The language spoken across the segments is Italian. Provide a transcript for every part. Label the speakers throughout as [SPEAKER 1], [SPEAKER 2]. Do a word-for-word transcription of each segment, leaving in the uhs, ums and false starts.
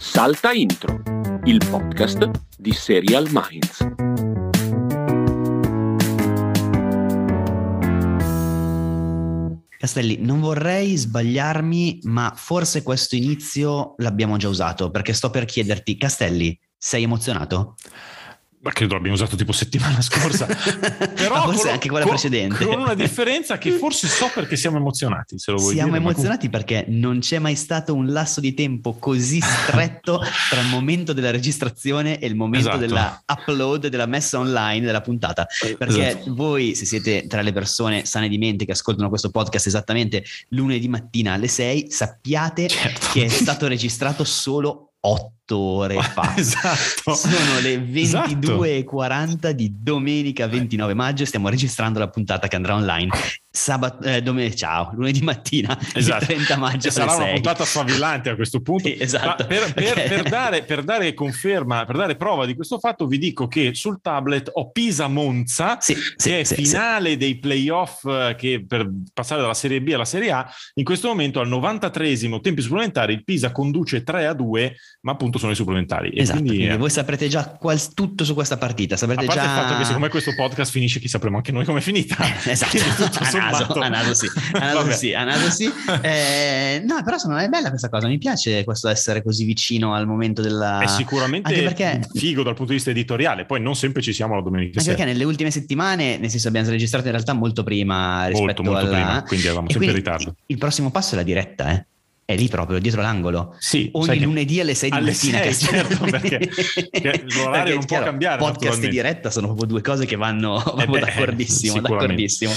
[SPEAKER 1] Salta Intro, il podcast di Serial Minds.
[SPEAKER 2] Castelli, non vorrei sbagliarmi, ma forse questo inizio l'abbiamo già usato, perché sto per chiederti, Castelli, sei emozionato?
[SPEAKER 3] Ma credo l'abbiamo usato tipo settimana scorsa, però
[SPEAKER 2] forse
[SPEAKER 3] con,
[SPEAKER 2] anche quella
[SPEAKER 3] con,
[SPEAKER 2] precedente.
[SPEAKER 3] con una differenza che forse so perché siamo emozionati, se lo vuoi
[SPEAKER 2] Siamo
[SPEAKER 3] dire.
[SPEAKER 2] emozionati ma... perché non c'è mai stato un lasso di tempo così stretto tra il momento della registrazione e il momento
[SPEAKER 3] esatto.
[SPEAKER 2] della upload, della messa online della puntata, perché esatto. Voi, se siete tra le persone sane di mente che ascoltano questo podcast esattamente lunedì mattina alle sei, sappiate certo. che è stato registrato solo otto ore fa.
[SPEAKER 3] Esatto.
[SPEAKER 2] Sono le ventidue e quaranta di domenica ventinove maggio. Stiamo registrando la puntata che andrà online sabato, eh, domenica, ciao, lunedì mattina, esatto. il trenta maggio.
[SPEAKER 3] Sarà una
[SPEAKER 2] sei.
[SPEAKER 3] puntata sfavillante a questo punto.
[SPEAKER 2] Sì, esatto.
[SPEAKER 3] Per, per,
[SPEAKER 2] okay.
[SPEAKER 3] per, dare, per dare conferma, per dare prova di questo fatto, vi dico che sul tablet ho Pisa-Monza,
[SPEAKER 2] sì,
[SPEAKER 3] che
[SPEAKER 2] sì,
[SPEAKER 3] è
[SPEAKER 2] sì,
[SPEAKER 3] finale
[SPEAKER 2] sì.
[SPEAKER 3] dei playoff che per passare dalla Serie B alla Serie A. In questo momento al novantatreesimo tempi supplementari il Pisa conduce tre a due, ma appunto sono i supplementari. E
[SPEAKER 2] esatto,
[SPEAKER 3] quindi,
[SPEAKER 2] quindi
[SPEAKER 3] eh,
[SPEAKER 2] voi saprete già qual- tutto su questa partita. Saprete
[SPEAKER 3] a parte
[SPEAKER 2] già...
[SPEAKER 3] il fatto che siccome questo podcast finisce, chi sapremo anche noi come è finita.
[SPEAKER 2] Esatto, a naso, a naso sì, a naso sì, a naso sì. Eh, no, però secondo me è bella questa cosa, mi piace questo essere così vicino al momento della...
[SPEAKER 3] È sicuramente
[SPEAKER 2] anche perché...
[SPEAKER 3] figo dal punto di vista editoriale, poi non sempre ci siamo la domenica
[SPEAKER 2] anche
[SPEAKER 3] sera.
[SPEAKER 2] perché nelle ultime settimane, nel senso abbiamo registrato in realtà molto prima rispetto
[SPEAKER 3] molto, molto
[SPEAKER 2] alla...
[SPEAKER 3] prima, quindi eravamo sempre in ritardo.
[SPEAKER 2] Il prossimo passo è la diretta, eh. È lì proprio, dietro l'angolo.
[SPEAKER 3] Sì,
[SPEAKER 2] ogni lunedì alle sei di
[SPEAKER 3] alle
[SPEAKER 2] mattina.
[SPEAKER 3] sei, certo, perché, perché l'orario
[SPEAKER 2] perché,
[SPEAKER 3] non
[SPEAKER 2] chiaro,
[SPEAKER 3] può cambiare.
[SPEAKER 2] Podcast e diretta sono proprio due cose che vanno, vanno
[SPEAKER 3] eh beh,
[SPEAKER 2] d'accordissimo, d'accordissimo.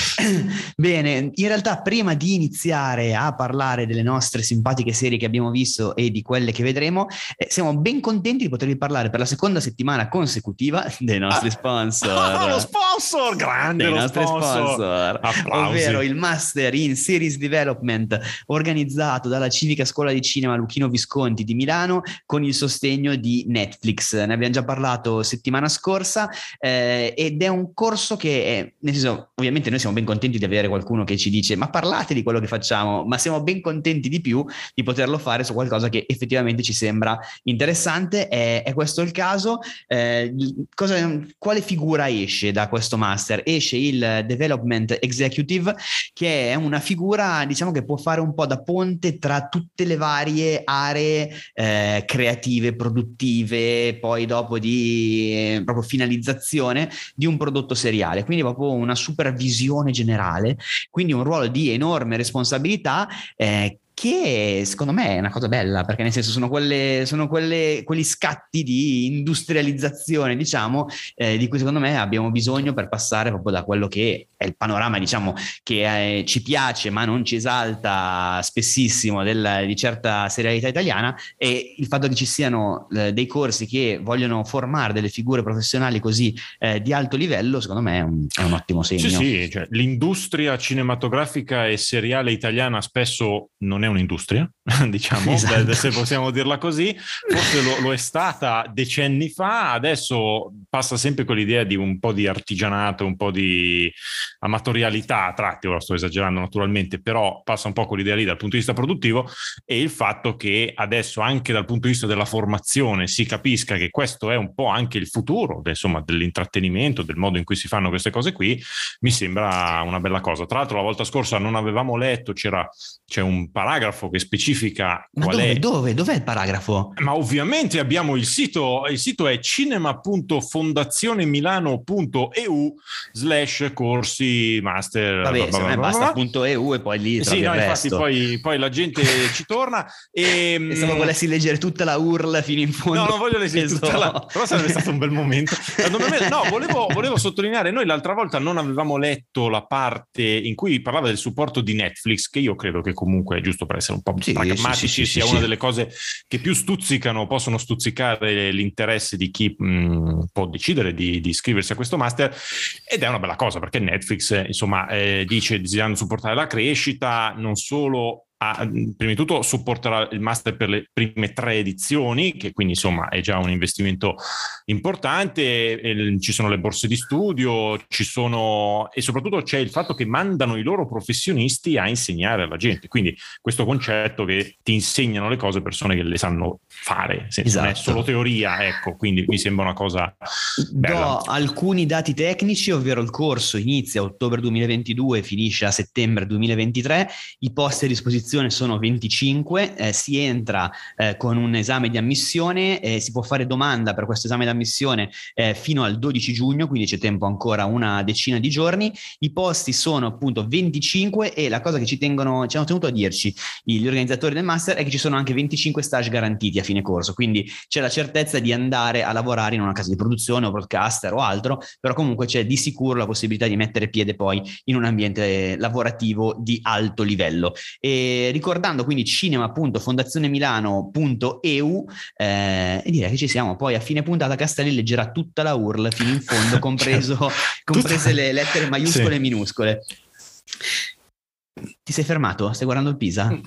[SPEAKER 2] Bene, in realtà prima di iniziare a parlare delle nostre simpatiche serie che abbiamo visto e di quelle che vedremo, eh, siamo ben contenti di potervi parlare per la seconda settimana consecutiva dei nostri
[SPEAKER 3] ah,
[SPEAKER 2] sponsor.
[SPEAKER 3] Ah, lo sponsor! Grande
[SPEAKER 2] dei
[SPEAKER 3] lo
[SPEAKER 2] nostri sponsor,
[SPEAKER 3] sponsor. Applausi.
[SPEAKER 2] Ovvero il Master in Series Development organizzato dalla Civica Scuola di Cinema Luchino Visconti di Milano con il sostegno di Netflix. Ne abbiamo già parlato settimana scorsa eh, ed è un corso che è, nel senso, ovviamente noi siamo ben contenti di avere qualcuno che ci dice ma parlate di quello che facciamo, ma siamo ben contenti di più di poterlo fare su qualcosa che effettivamente ci sembra interessante. È, è questo il caso. Eh, cosa, quale figura esce da questo Master? Esce il Development Executive, che è una figura, diciamo, che può fare un po' da ponte tra tutte le varie aree eh, creative, produttive, poi dopo di eh, proprio finalizzazione di un prodotto seriale, quindi proprio una supervisione generale, quindi un ruolo di enorme responsabilità eh, che secondo me è una cosa bella, perché nel senso sono quelle sono quelle quegli scatti di industrializzazione, diciamo, eh, di cui secondo me abbiamo bisogno per passare proprio da quello che è il panorama, diciamo, che eh, ci piace ma non ci esalta spessissimo del, di certa serialità italiana, e il fatto che ci siano eh, dei corsi che vogliono formare delle figure professionali così eh, di alto livello, secondo me è un, è un ottimo segno.
[SPEAKER 3] Sì, sì, cioè, l'industria cinematografica e seriale italiana spesso non è un'industria, diciamo, esatto. Se possiamo dirla così, forse lo, lo è stata decenni fa, adesso passa sempre con l'idea di un po' di artigianato, un po' di amatorialità a tratti, ora sto esagerando naturalmente, però passa un po' con l'idea lì dal punto di vista produttivo, e il fatto che adesso anche dal punto di vista della formazione si capisca che questo è un po' anche il futuro, insomma, dell'intrattenimento, del modo in cui si fanno queste cose qui, mi sembra una bella cosa. Tra l'altro la volta scorsa non avevamo letto, c'era c'è un paragrafo che specifica
[SPEAKER 2] ma
[SPEAKER 3] qual
[SPEAKER 2] dove,
[SPEAKER 3] è.
[SPEAKER 2] Dove? Dov'è il paragrafo?
[SPEAKER 3] Ma ovviamente abbiamo il sito, il sito è cinema punto fondazione milano punto e u slash corsi master.
[SPEAKER 2] Vabbè, se me basta punto e u e poi lì trovi
[SPEAKER 3] sì, no,
[SPEAKER 2] il
[SPEAKER 3] infatti
[SPEAKER 2] resto.
[SPEAKER 3] Poi, poi la gente ci torna e
[SPEAKER 2] pensavo volessi leggere tutta la U R L fino in fondo.
[SPEAKER 3] No, non voglio leggere tutta so. la però sarebbe stato un bel momento. No, volevo, volevo sottolineare, noi l'altra volta non avevamo letto la parte in cui parlava del supporto di Netflix, che io credo che comunque è giusto per essere un po' sì, pragmatici, sì, sì, sia sì, una sì. delle cose che più stuzzicano, possono stuzzicare l'interesse di chi mh, può decidere di, di iscriversi a questo master, ed è una bella cosa perché Netflix insomma eh, dice desiderando supportare la crescita non solo Ah, prima di tutto supporterà il master per le prime tre edizioni, che quindi insomma è già un investimento importante, e ci sono le borse di studio, ci sono, e soprattutto c'è il fatto che mandano i loro professionisti a insegnare alla gente, quindi questo concetto che ti insegnano le cose persone che le sanno fare, senza non è solo teoria, ecco, quindi mi sembra una cosa bella.
[SPEAKER 2] Do alcuni dati tecnici, ovvero il corso inizia a ottobre duemilaventidue e finisce a settembre duemilaventitré, i posti a disposizione sono venticinque, eh, si entra eh, con un esame di ammissione, eh, si può fare domanda per questo esame di ammissione eh, fino al dodici giugno, quindi c'è tempo ancora una decina di giorni. I posti sono appunto venticinque e la cosa che ci tengono, ci hanno tenuto a dirci gli organizzatori del master è che ci sono anche venticinque stage garantiti a fine corso, quindi c'è la certezza di andare a lavorare in una casa di produzione o broadcaster o altro, però comunque c'è di sicuro la possibilità di mettere piede poi in un ambiente lavorativo di alto livello. E ricordando quindi cinema appunto fondazione milano punto e u, eh, e direi che ci siamo. Poi a fine puntata Castelli leggerà tutta la U R L fino in fondo, compreso, comprese le lettere maiuscole sì. e minuscole. Ti sei fermato? Stai guardando il Pisa?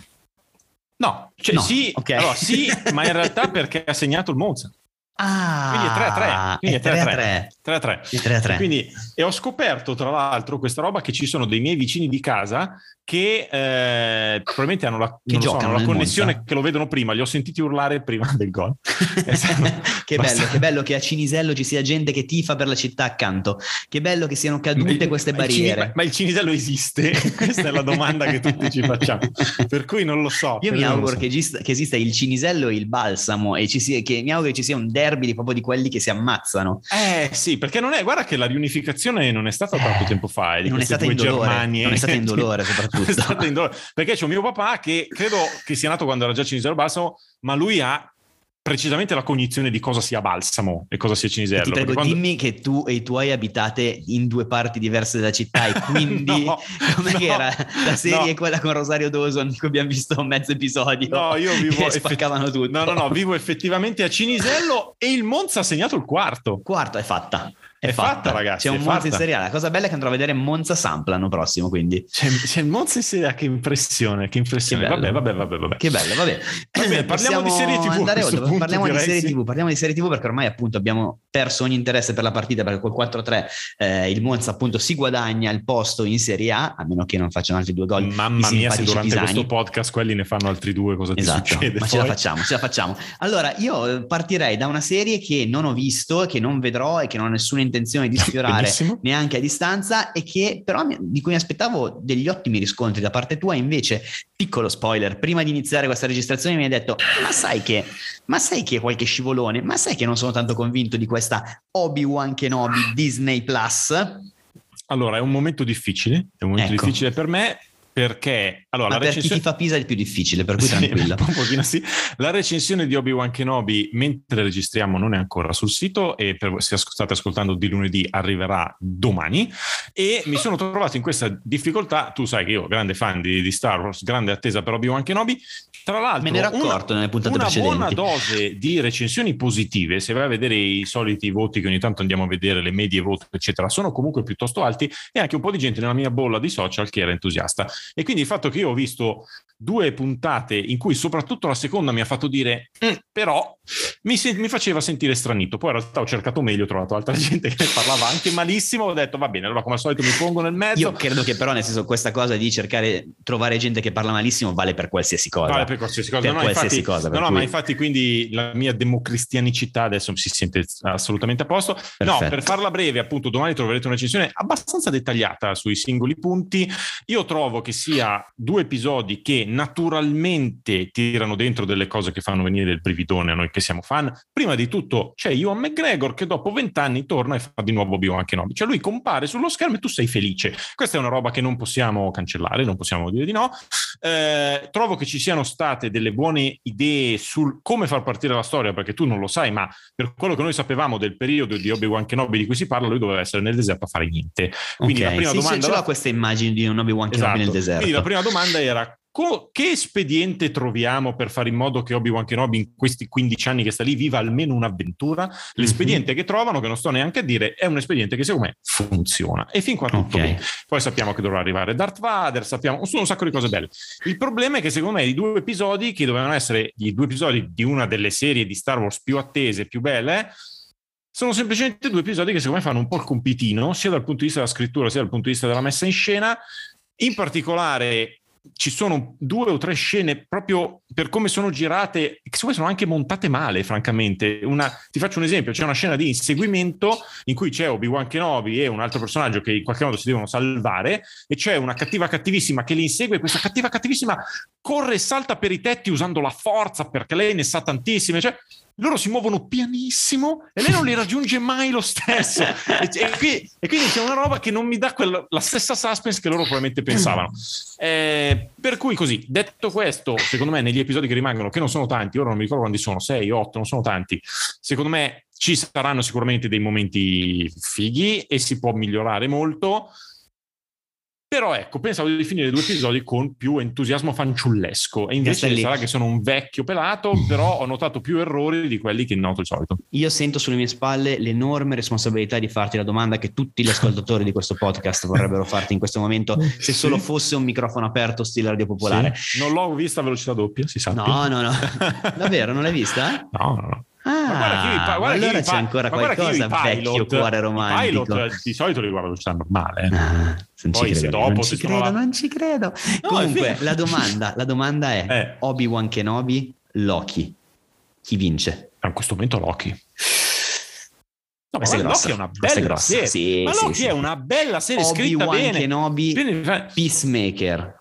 [SPEAKER 3] No, cioè,
[SPEAKER 2] no.
[SPEAKER 3] sì,
[SPEAKER 2] okay.
[SPEAKER 3] allora, sì, ma in realtà perché ha segnato il Monza.
[SPEAKER 2] Ah,
[SPEAKER 3] quindi è tre a tre, quindi è tre a tre, tre a tre.
[SPEAKER 2] tre a tre.
[SPEAKER 3] Quindi, e ho scoperto tra l'altro questa roba, che ci sono dei miei vicini di casa che eh, probabilmente hanno la,
[SPEAKER 2] che
[SPEAKER 3] non lo so, hanno la connessione
[SPEAKER 2] Monza.
[SPEAKER 3] Che lo vedono prima, li ho sentiti urlare prima del gol.
[SPEAKER 2] Che bello, che bello che a Cinisello ci sia gente che tifa per la città accanto, che bello che siano cadute
[SPEAKER 3] ma,
[SPEAKER 2] queste
[SPEAKER 3] ma
[SPEAKER 2] barriere.
[SPEAKER 3] Il Cini, ma, ma il Cinisello esiste? Questa è la domanda che tutti ci facciamo, per cui non lo so.
[SPEAKER 2] Io mi auguro
[SPEAKER 3] so.
[SPEAKER 2] che, esista, che esista il Cinisello e il Balsamo, e ci sia, che mi auguro che ci sia un derby di, proprio di quelli che si ammazzano.
[SPEAKER 3] Eh sì, perché non è, guarda che la riunificazione non è stata tanto tempo fa, eh, di
[SPEAKER 2] non, è stata
[SPEAKER 3] due
[SPEAKER 2] Germanie, non è stata indolore soprattutto.
[SPEAKER 3] È stata indolore, perché c'è un mio papà che credo che sia nato quando era già Cinisello Balsamo, ma lui ha precisamente la cognizione di cosa sia Balsamo e cosa sia Cinisello.
[SPEAKER 2] Ti prego,
[SPEAKER 3] quando...
[SPEAKER 2] dimmi che tu e i tuoi abitate in due parti diverse della città, e quindi
[SPEAKER 3] no,
[SPEAKER 2] come
[SPEAKER 3] no,
[SPEAKER 2] era la serie
[SPEAKER 3] no.
[SPEAKER 2] quella con Rosario Dawson di cui abbiamo visto un mezzo episodio?
[SPEAKER 3] No, io vivo
[SPEAKER 2] che spaccavano
[SPEAKER 3] effetti...
[SPEAKER 2] tutto.
[SPEAKER 3] No, no, no, vivo effettivamente a Cinisello e il Monza ha segnato il quarto.
[SPEAKER 2] Quarto è fatta. È,
[SPEAKER 3] è
[SPEAKER 2] fatta,
[SPEAKER 3] fatta, ragazzi.
[SPEAKER 2] C'è un Monza in Serie A. La cosa bella è che andrò a vedere Monza Samp l'anno prossimo, quindi
[SPEAKER 3] c'è, c'è il Monza in Serie A, che impressione, che impressione. Che vabbè, vabbè, vabbè, vabbè.
[SPEAKER 2] Che bello, vabbè.
[SPEAKER 3] vabbè parliamo di serie tivù.
[SPEAKER 2] Andare oltre,
[SPEAKER 3] punto,
[SPEAKER 2] parliamo
[SPEAKER 3] direi,
[SPEAKER 2] di serie
[SPEAKER 3] sì.
[SPEAKER 2] tivù, parliamo di serie tivù perché ormai appunto abbiamo perso ogni interesse per la partita, perché col quattro a tre eh, il Monza appunto si guadagna il posto in Serie A, a meno che non facciano altri due gol.
[SPEAKER 3] Mamma mia, se durante
[SPEAKER 2] pisani.
[SPEAKER 3] questo podcast quelli ne fanno altri due, cosa
[SPEAKER 2] esatto,
[SPEAKER 3] ti succede?
[SPEAKER 2] Ma
[SPEAKER 3] poi?
[SPEAKER 2] ce la facciamo, ce la facciamo. Allora, io partirei da una serie che non ho visto, che non vedrò e che non ho nessuna intenzione di sfiorare
[SPEAKER 3] Benissimo.
[SPEAKER 2] neanche a distanza, e che però di cui mi aspettavo degli ottimi riscontri da parte tua. Invece, piccolo spoiler, prima di iniziare questa registrazione mi hai detto ma sai che ma sai che qualche scivolone, ma sai che non sono tanto convinto di questa Obi-Wan Kenobi Disney Plus.
[SPEAKER 3] Allora, è un momento difficile, è un momento
[SPEAKER 2] ecco.
[SPEAKER 3] difficile per me, perché allora,
[SPEAKER 2] ma
[SPEAKER 3] la
[SPEAKER 2] per
[SPEAKER 3] recensione...
[SPEAKER 2] chi ti fa Pisa è il più difficile, per cui
[SPEAKER 3] sì,
[SPEAKER 2] tranquilla.
[SPEAKER 3] Un pochino sì. La recensione di Obi-Wan Kenobi, mentre registriamo, non è ancora sul sito, e per se state ascoltando di lunedì arriverà domani, e mi sono trovato in questa difficoltà. Tu sai che io, grande fan di, di Star Wars, grande attesa per Obi-Wan Kenobi, tra l'altro
[SPEAKER 2] me ne ero accorto
[SPEAKER 3] una,
[SPEAKER 2] nelle puntate
[SPEAKER 3] una
[SPEAKER 2] precedenti.
[SPEAKER 3] buona dose di recensioni positive. Se vai a vedere i soliti voti che ogni tanto andiamo a vedere, le medie voti eccetera, sono comunque piuttosto alti, e anche un po' di gente nella mia bolla di social che era entusiasta. E quindi il fatto che io ho visto due puntate in cui soprattutto la seconda mi ha fatto dire mm, però mi, se- mi faceva sentire stranito. Poi in realtà ho cercato meglio, ho trovato altra gente che ne parlava anche malissimo, ho detto va bene, allora come al solito mi pongo nel mezzo.
[SPEAKER 2] Io credo che però, nel senso, questa cosa di cercare trovare gente che parla malissimo vale per qualsiasi cosa.
[SPEAKER 3] Vale per qualsiasi cosa.
[SPEAKER 2] Per
[SPEAKER 3] no,
[SPEAKER 2] qualsiasi
[SPEAKER 3] infatti,
[SPEAKER 2] cosa, per
[SPEAKER 3] no, no
[SPEAKER 2] cui...
[SPEAKER 3] ma infatti quindi la mia democristianicità adesso si sente assolutamente a posto.
[SPEAKER 2] Perfetto.
[SPEAKER 3] No, per farla breve, appunto domani troverete una recensione abbastanza dettagliata sui singoli punti. Io trovo che sia due episodi che naturalmente tirano dentro delle cose che fanno venire il brividone a noi che siamo fan. Prima di tutto c'è Ewan McGregor che dopo vent'anni torna e fa di nuovo Obi-Wan Kenobi, cioè lui compare sullo schermo e tu sei felice. Questa è una roba che non possiamo cancellare, non possiamo dire di no. Eh, trovo che ci siano state delle buone idee sul come far partire la storia, perché tu non lo sai, ma per quello che noi sapevamo del periodo di Obi-Wan Kenobi di cui si parla, lui doveva essere nel deserto a fare niente. Quindi
[SPEAKER 2] okay.
[SPEAKER 3] la prima
[SPEAKER 2] sì,
[SPEAKER 3] domanda
[SPEAKER 2] ce l'ho questa immagine di un Obi-Wan Kenobi
[SPEAKER 3] esatto.
[SPEAKER 2] nel deserto.
[SPEAKER 3] Quindi la prima domanda era Co- che espediente troviamo per fare in modo che Obi-Wan Kenobi in questi quindici anni che sta lì viva almeno un'avventura? L'espediente mm-hmm. che trovano, che non sto neanche a dire, è un espediente che secondo me funziona, e fin qua tutto okay. bene. Poi sappiamo che dovrà arrivare Darth Vader, sappiamo, sono un sacco di cose belle. Il problema è che secondo me i due episodi che dovevano essere i due episodi di una delle serie di Star Wars più attese, più belle, sono semplicemente due episodi che secondo me fanno un po' il compitino, sia dal punto di vista della scrittura sia dal punto di vista della messa in scena. In particolare ci sono due o tre scene proprio per come sono girate, che sono anche montate male, francamente. Una, ti faccio un esempio: c'è una scena di inseguimento in cui c'è Obi-Wan Kenobi e un altro personaggio che in qualche modo si devono salvare, e c'è una cattiva cattivissima che li insegue. Questa cattiva cattivissima corre e salta per i tetti usando la forza, perché lei ne sa tantissime, cioè loro si muovono pianissimo e lei non li raggiunge mai lo stesso, e, e, qui, e quindi c'è una roba che non mi dà quella, la stessa suspense che loro probabilmente pensavano, eh, per cui così, detto questo, secondo me negli episodi che rimangono, che non sono tanti, ora non mi ricordo quanti sono, sei, otto, non sono tanti, secondo me ci saranno sicuramente dei momenti fighi e si può migliorare molto. Però ecco, pensavo di finire due episodi con più entusiasmo fanciullesco, e invece Castelli. Sarà che sono un vecchio pelato, però ho notato più errori di quelli che noto di solito. Io sento sulle mie spalle l'enorme responsabilità di farti la domanda che tutti gli ascoltatori di questo podcast vorrebbero farti in questo momento, se solo fosse un microfono aperto stile Radio Popolare. Sì. Non l'ho vista a velocità doppia, si sa. No, no, no. Davvero, non l'hai vista? No, no, no. Ah, ma guarda che io, guarda allora che c'è ancora qualcosa, vecchio cuore romantico. I pilot di solito li guardo a velocità normale. Ah, poi se dopo non ci credo, la... non ci credo. No, comunque la domanda, la domanda è eh. Obi-Wan Kenobi, Loki, chi vince? A questo momento Loki. No, ma è Loki è una bella serie. Sì, ma Loki sì, è sì. una bella serie scritta bene. Obi-Wan Kenobi, bene. Peacemaker.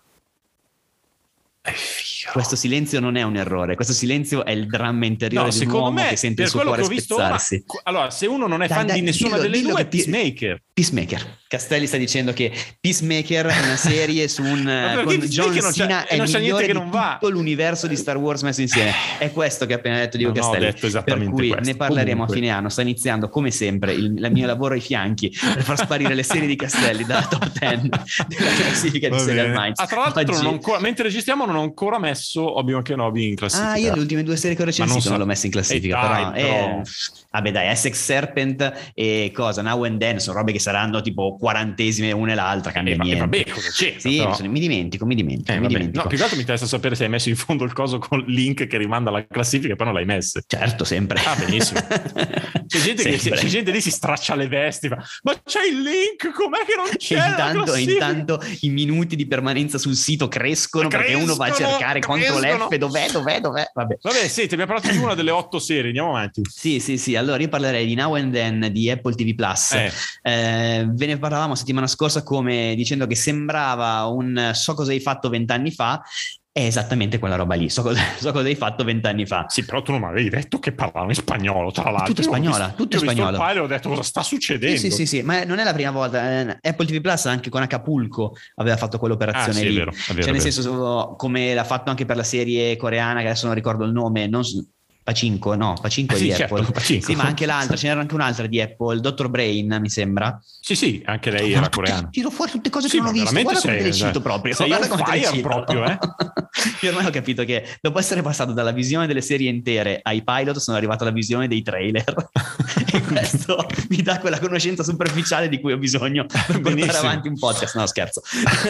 [SPEAKER 3] È figo. Questo silenzio non è un errore, questo silenzio è il dramma interiore no, di un uomo me, che sente il suo cuore spezzarsi. Ora, allora, se uno non è dai, fan dai, di nessuna dillo, delle dillo due, Peacemaker. Peacemaker. Castelli sta dicendo che Peacemaker è una serie su un con John Cena è il migliore che non di va. Tutto l'universo di Star Wars messo insieme. È questo che ha appena detto Diego Castelli. Ho detto esattamente per cui questo. Ne parleremo Comunque. a fine anno. Sta iniziando come sempre il, il mio lavoro ai fianchi per far sparire le serie di Castelli dalla top dieci della classifica di Serial Minds. Ah, tra l'altro Oggi... non ancora, mentre registriamo non ho ancora messo Obi-Wan Kenobi in classifica. Ah, io le ultime due serie che ho recensito non, non l'ho messa in classifica, eh, però, dai, però... Eh, vabbè dai, Essex Serpent e cosa, Now and Then sono robe che saranno tipo quarantesime una e l'altra, cambia eh, niente. Vabbè, cosa c'è? Sì, però... mi dimentico, mi dimentico, eh, mi dimentico. No, più che altro mi interessa sapere se hai messo in fondo il coso con il link che rimanda alla classifica e poi non l'hai messa. Certo, sempre. Ah, benissimo. C'è gente, che, c'è gente lì si straccia le vesti, fa, ma c'è il link, com'è che non c'è? E intanto, intanto i minuti di permanenza sul sito crescono, crescono perché uno va a cercare CTRL F, dov'è, dov'è, dov'è. Vabbè, Vabbè senti, abbiamo parlato di una delle otto serie, andiamo avanti. Sì, sì, sì, allora io parlerei di Now and Then di Apple T V Plus. Eh. Eh, ve ne parlavamo settimana scorsa come dicendo che sembrava un so cosa hai fatto vent'anni fa. È esattamente quella roba lì, so cosa, so cosa hai fatto vent'anni fa. Sì, però tu non mi avevi detto che parlavano in spagnolo, tra l'altro. Tutto in spagnola, visto, tutto in spagnolo. Ho visto il file e ho detto cosa sta succedendo. Sì, sì, sì, sì, ma non è la prima volta. Apple T V Plus anche con Acapulco aveva fatto quell'operazione ah, sì, lì. È vero, è vero, cioè nel senso come l'ha fatto anche per la serie coreana, che adesso non ricordo il nome, non... Pacinco, no, Pacinco è sì, di certo, Apple. Pacinco. Sì, ma anche l'altra, ce n'era anche un'altra di Apple, doctor Brain, mi sembra. Sì, sì, anche lei era coreana. Tiro fuori tutte cose sì, che non ho visto, guarda come te le cito proprio. Sei un fire proprio, eh. Io ormai ho capito che dopo essere passato dalla visione delle serie intere ai pilot sono arrivato alla visione dei trailer e questo mi dà quella conoscenza superficiale di cui ho bisogno per Benissimo. portare avanti un podcast. No, scherzo.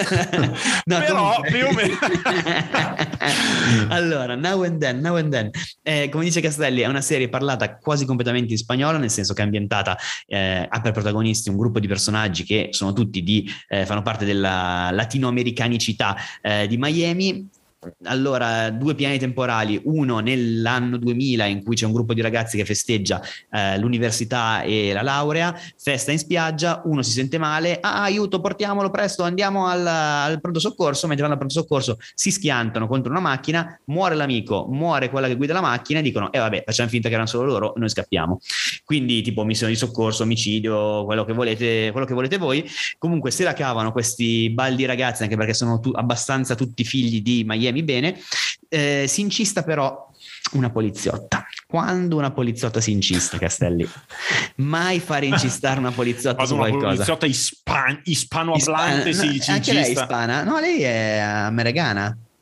[SPEAKER 3] No, però comunque... più o meno. Allora, Now and Then, Now and Then. Eh, come dice Castelli, è una serie parlata quasi completamente in spagnolo, nel senso che è ambientata, eh, ha per protagonisti un gruppo di personaggi che sono tutti di, eh, fanno parte della latinoamericanicità eh, di Miami. Allora, due piani temporali, uno nell'anno duemila in cui c'è un gruppo di ragazzi che festeggia eh, l'università e la laurea, festa in spiaggia, uno si sente male, ah aiuto, portiamolo presto, andiamo al, al pronto soccorso, mentre vanno al pronto soccorso si schiantano contro una macchina, muore l'amico, muore quella che guida la macchina e dicono, eh vabbè, facciamo finta che erano solo loro, noi scappiamo. Quindi tipo missione di soccorso, omicidio, quello che volete, quello che volete voi. Comunque se la cavano questi baldi ragazzi, anche perché sono tu, abbastanza tutti figli di Miami bene, eh, si incista però una poliziotta. Quando una poliziotta si incista, Castelli, mai fare incistare una poliziotta Quando su una qualcosa. Una poliziotta ispan- ispanohablante Ispan- si, si
[SPEAKER 2] anche
[SPEAKER 3] incista.
[SPEAKER 2] Lei è ispana? No, lei è americana.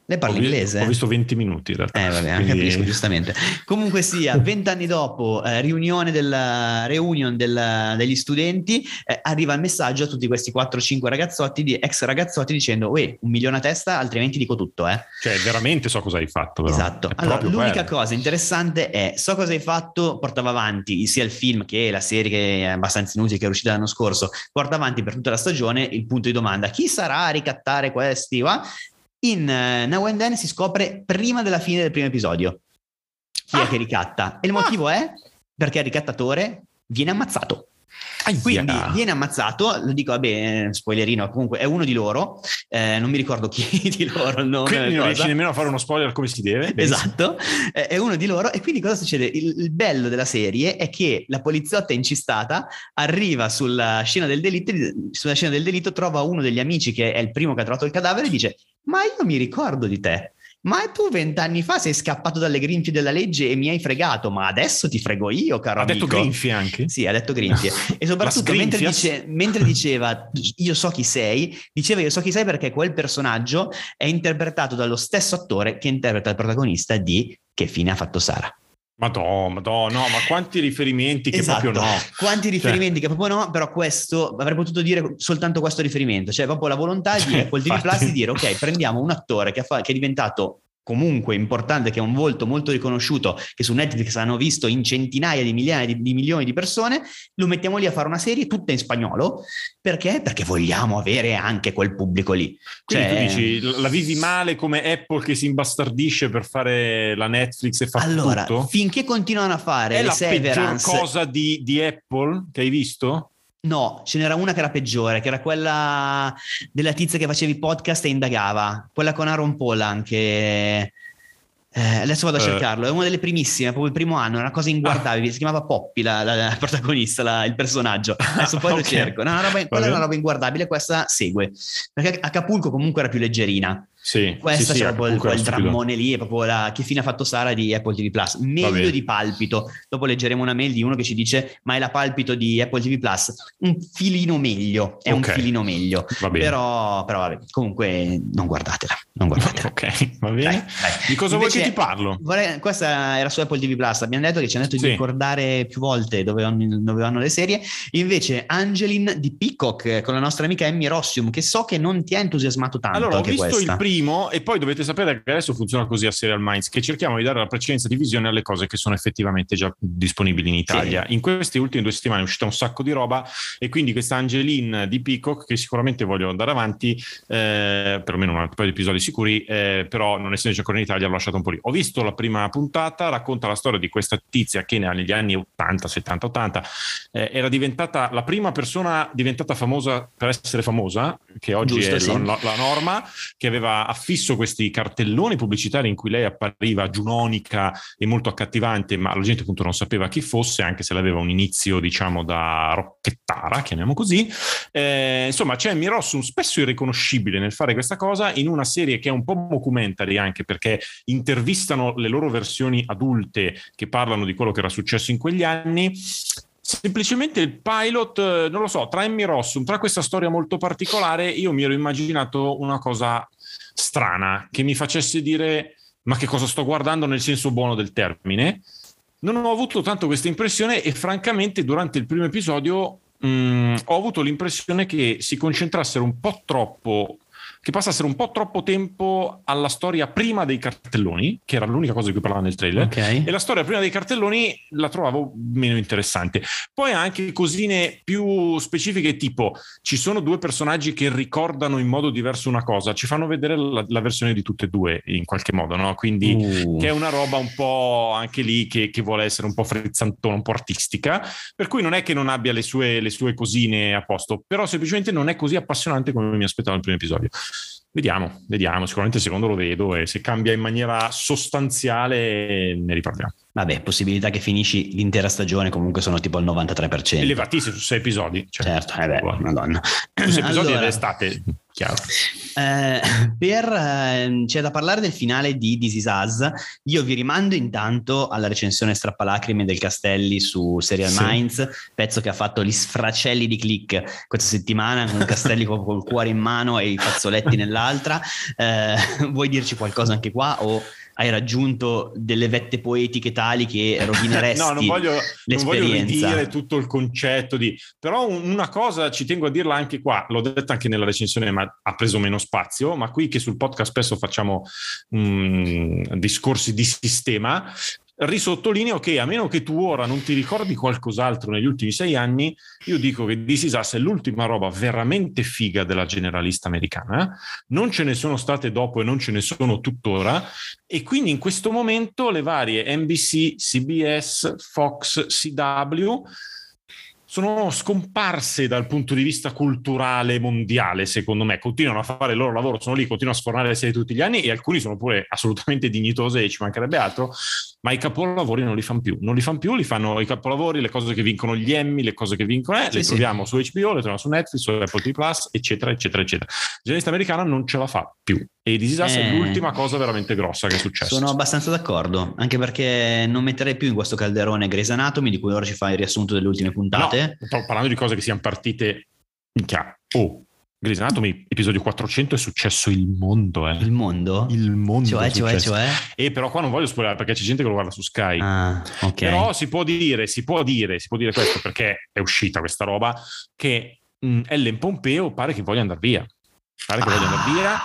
[SPEAKER 2] Lei parla
[SPEAKER 3] ho vi-
[SPEAKER 2] inglese?
[SPEAKER 3] Ho visto venti minuti in realtà.
[SPEAKER 2] Eh vabbè,
[SPEAKER 3] quindi...
[SPEAKER 2] capisco, giustamente. Comunque sia, vent'anni dopo, eh, riunione della reunion del, degli studenti, eh, arriva il messaggio a tutti questi quattro cinque ragazzotti, di, ex ragazzotti, dicendo uè, un milione a testa, altrimenti dico tutto, eh.
[SPEAKER 3] Cioè, veramente so cosa hai fatto, però.
[SPEAKER 2] Esatto.
[SPEAKER 3] È
[SPEAKER 2] Allora, l'unica
[SPEAKER 3] quello.
[SPEAKER 2] cosa interessante è, so cosa hai fatto, portava avanti sia il film che la serie che è abbastanza inutile, che è uscita l'anno scorso, porta avanti per tutta la stagione il punto di domanda, chi sarà a ricattare questi, va? In uh, Now and Then si scopre prima della fine del primo episodio chi
[SPEAKER 3] Ah.
[SPEAKER 2] è che ricatta, e il motivo ah. è perché il ricattatore viene ammazzato.
[SPEAKER 3] Aia.
[SPEAKER 2] Quindi viene ammazzato, lo dico, vabbè, spoilerino, comunque è uno di loro, eh, non mi ricordo chi di loro il nome.
[SPEAKER 3] Quindi non
[SPEAKER 2] cosa.
[SPEAKER 3] riesci nemmeno a fare uno spoiler come si deve.
[SPEAKER 2] Esatto, eh, è uno di loro, e quindi cosa succede? Il, il bello della serie è che la poliziotta incistata arriva sulla scena del delitto, sulla scena del delitto trova uno degli amici che è il primo che ha trovato il cadavere e dice: ma io mi ricordo di te. Ma tu vent'anni fa sei scappato dalle grinfie della legge e mi hai fregato, ma adesso ti frego io, caro
[SPEAKER 3] ha
[SPEAKER 2] amico.
[SPEAKER 3] Ha detto grinfie anche?
[SPEAKER 2] Sì, ha detto grinfie. E soprattutto mentre, dice, mentre diceva io so chi sei, diceva io so chi sei perché quel personaggio è interpretato dallo stesso attore che interpreta il protagonista di Che fine ha fatto Sara.
[SPEAKER 3] Madò, madò, no, ma quanti riferimenti che
[SPEAKER 2] esatto.
[SPEAKER 3] proprio no.
[SPEAKER 2] Quanti riferimenti cioè. che proprio no, però questo, avrei potuto dire soltanto questo riferimento, cioè proprio la volontà di
[SPEAKER 3] cioè,
[SPEAKER 2] Apple T V Plus di dire ok, prendiamo un attore che, fa, che è diventato comunque importante, che è un volto molto riconosciuto, che su Netflix hanno visto in centinaia di migliaia di, di milioni di persone, lo mettiamo lì a fare una serie tutta in spagnolo, perché? Perché vogliamo avere anche quel pubblico lì.
[SPEAKER 3] Quindi
[SPEAKER 2] cioè,
[SPEAKER 3] tu dici, la vivi male come Apple che si imbastardisce per fare la Netflix e fa
[SPEAKER 2] allora,
[SPEAKER 3] tutto?
[SPEAKER 2] Finché continuano a fare
[SPEAKER 3] è
[SPEAKER 2] le
[SPEAKER 3] la
[SPEAKER 2] Severance,
[SPEAKER 3] peggior cosa di, di Apple che hai visto?
[SPEAKER 2] No, ce n'era una che era peggiore, che era quella della tizia che faceva i podcast e indagava, quella con Aaron Paul anche. Eh, adesso vado a cercarlo, è una delle primissime, proprio il primo anno, è una cosa inguardabile, ah. si chiamava Poppy la, la, la protagonista, la, il personaggio, adesso poi okay. lo cerco, no, una roba, quella è una roba inguardabile, questa segue, perché Acapulco comunque era più leggerina.
[SPEAKER 3] Sì,
[SPEAKER 2] questa
[SPEAKER 3] sì,
[SPEAKER 2] c'è
[SPEAKER 3] sì,
[SPEAKER 2] proprio quel drammone lì, è proprio la Che fine ha fatto Sara di Apple T V Plus, meglio di Palpito. Dopo leggeremo una mail di uno che ci dice ma è la Palpito di Apple T V Plus, un filino meglio, è okay. un filino meglio, però, però vabbè, comunque non guardatela, non guardatela.
[SPEAKER 3] Ok, va bene. Dai, dai. Di cosa Invece, vuoi che ti parlo?
[SPEAKER 2] Vorrei, questa era su Apple T V Plus, abbiamo detto che ci hanno detto sì. di ricordare più volte dove vanno, dove vanno le serie. Invece Angeline di Peacock con la nostra amica Emmy Rossum, che so che non ti ha entusiasmato tanto.
[SPEAKER 3] Allora, ho
[SPEAKER 2] anche
[SPEAKER 3] visto
[SPEAKER 2] questa.
[SPEAKER 3] il primo e poi dovete sapere che adesso funziona così a Serial Minds, che cerchiamo di dare la precedenza di visione alle cose che sono effettivamente già disponibili in Italia. Sì. In queste ultime due settimane è uscita un sacco di roba e quindi questa Angeline di Peacock, che sicuramente voglio andare avanti, eh, perlomeno un paio di episodi sicuri, eh, però non essendoci ancora in Italia l'ho lasciato un po' lì. Ho visto la prima puntata, racconta la storia di questa tizia che negli anni ottanta, settanta, ottanta eh, era diventata la prima persona diventata famosa per essere famosa, che oggi Giusto, è sì. la, la norma, che aveva affisso questi cartelloni pubblicitari in cui lei appariva giunonica e molto accattivante, ma la gente appunto non sapeva chi fosse, anche se l'aveva un inizio diciamo da rocchettara, chiamiamo così. Eh, insomma c'è Emmy Rossum spesso irriconoscibile nel fare questa cosa in una serie che è un po' mockumentary, anche perché intervistano le loro versioni adulte che parlano di quello che era successo in quegli anni. Semplicemente il pilot, non lo so, tra Emmy Rossum, tra questa storia molto particolare, io mi ero immaginato una cosa strana che mi facesse dire ma che cosa sto guardando nel senso buono del termine. Non ho avuto tanto questa impressione e francamente durante il primo episodio mh, ho avuto l'impressione che si concentrassero un po' troppo, che passassero un po' troppo tempo alla storia prima dei cartelloni, che era l'unica cosa di cui parlava nel trailer,
[SPEAKER 2] okay.
[SPEAKER 3] e la storia prima dei cartelloni la trovavo meno interessante. Poi anche cosine più specifiche, tipo ci sono due personaggi che ricordano in modo diverso una cosa, ci fanno vedere la, la versione di tutte e due in qualche modo, no? Quindi uh. che è una roba un po' anche lì che, che vuole essere un po' frizzantona, un po' artistica, per cui non è che non abbia le sue, le sue cosine a posto, però semplicemente non è così appassionante come mi aspettavo nel primo episodio. Vediamo, vediamo, sicuramente il secondo lo vedo e se cambia in maniera sostanziale ne riparliamo.
[SPEAKER 2] Vabbè, possibilità che finisci l'intera stagione comunque sono tipo al novantatré per cento.
[SPEAKER 3] Elevatissimo su sei episodi. Cioè,
[SPEAKER 2] certo, eh beh, madonna.
[SPEAKER 3] Su sei episodi
[SPEAKER 2] Allora,
[SPEAKER 3] dell'estate, chiaro.
[SPEAKER 2] Eh, per, eh, c'è da parlare del finale di This Is Us. Io vi rimando intanto alla recensione strappalacrime del Castelli su Serial
[SPEAKER 3] Sì.
[SPEAKER 2] Minds, pezzo che ha fatto gli sfracelli di click questa settimana, con Castelli con col cuore in mano e i fazzoletti nell'altra. Eh, vuoi dirci qualcosa anche qua o hai raggiunto delle vette poetiche tali che rovineresti
[SPEAKER 3] no, non voglio, non voglio
[SPEAKER 2] l'esperienza?
[SPEAKER 3] ridire tutto il concetto di... Però una cosa ci tengo a dirla anche qua, l'ho detta anche nella recensione ma ha preso meno spazio, ma qui che sul podcast spesso facciamo um, discorsi di sistema, risottolineo che a meno che tu ora non ti ricordi qualcos'altro negli ultimi sei anni, io dico che This Is Us è l'ultima roba veramente figa della generalista americana, non ce ne sono state dopo e non ce ne sono tuttora, e quindi in questo momento le varie N B C, C B S, Fox, C W sono scomparse dal punto di vista culturale mondiale, secondo me. Continuano a fare il loro lavoro, sono lì, continuano a sfornare le serie tutti gli anni e alcuni sono pure assolutamente dignitose e ci mancherebbe altro, ma i capolavori non li fanno più. Non li fanno più, li fanno i capolavori, le cose che vincono gli Emmy, le cose che vincono, eh,
[SPEAKER 2] Sì,
[SPEAKER 3] le
[SPEAKER 2] sì.
[SPEAKER 3] troviamo su H B O, le troviamo su Netflix, su Apple T V Plus, eccetera, eccetera, eccetera. La generalista americana non ce la fa più. E This Is Us
[SPEAKER 2] Eh.
[SPEAKER 3] è l'ultima cosa veramente grossa che è successa.
[SPEAKER 2] Sono abbastanza d'accordo, anche perché non metterei più in questo calderone Grey's Anatomy, di cui ora ci fa il riassunto delle ultime puntate.
[SPEAKER 3] No, sto parlando di cose che siano partite in chiaro. Oh, Grey's Anatomy, episodio quattrocento, è successo il mondo, eh.
[SPEAKER 2] Il mondo?
[SPEAKER 3] Il mondo
[SPEAKER 2] Cioè,
[SPEAKER 3] è
[SPEAKER 2] cioè,
[SPEAKER 3] successo.
[SPEAKER 2] cioè?
[SPEAKER 3] E però qua non voglio spoilerare perché c'è gente che lo guarda su Sky.
[SPEAKER 2] Ah, ok.
[SPEAKER 3] Però si può dire, si può dire, si può dire questo perché è uscita questa roba, che mh, Ellen Pompeo pare che voglia andare via. Pare che
[SPEAKER 2] Ah.
[SPEAKER 3] voglia andare via.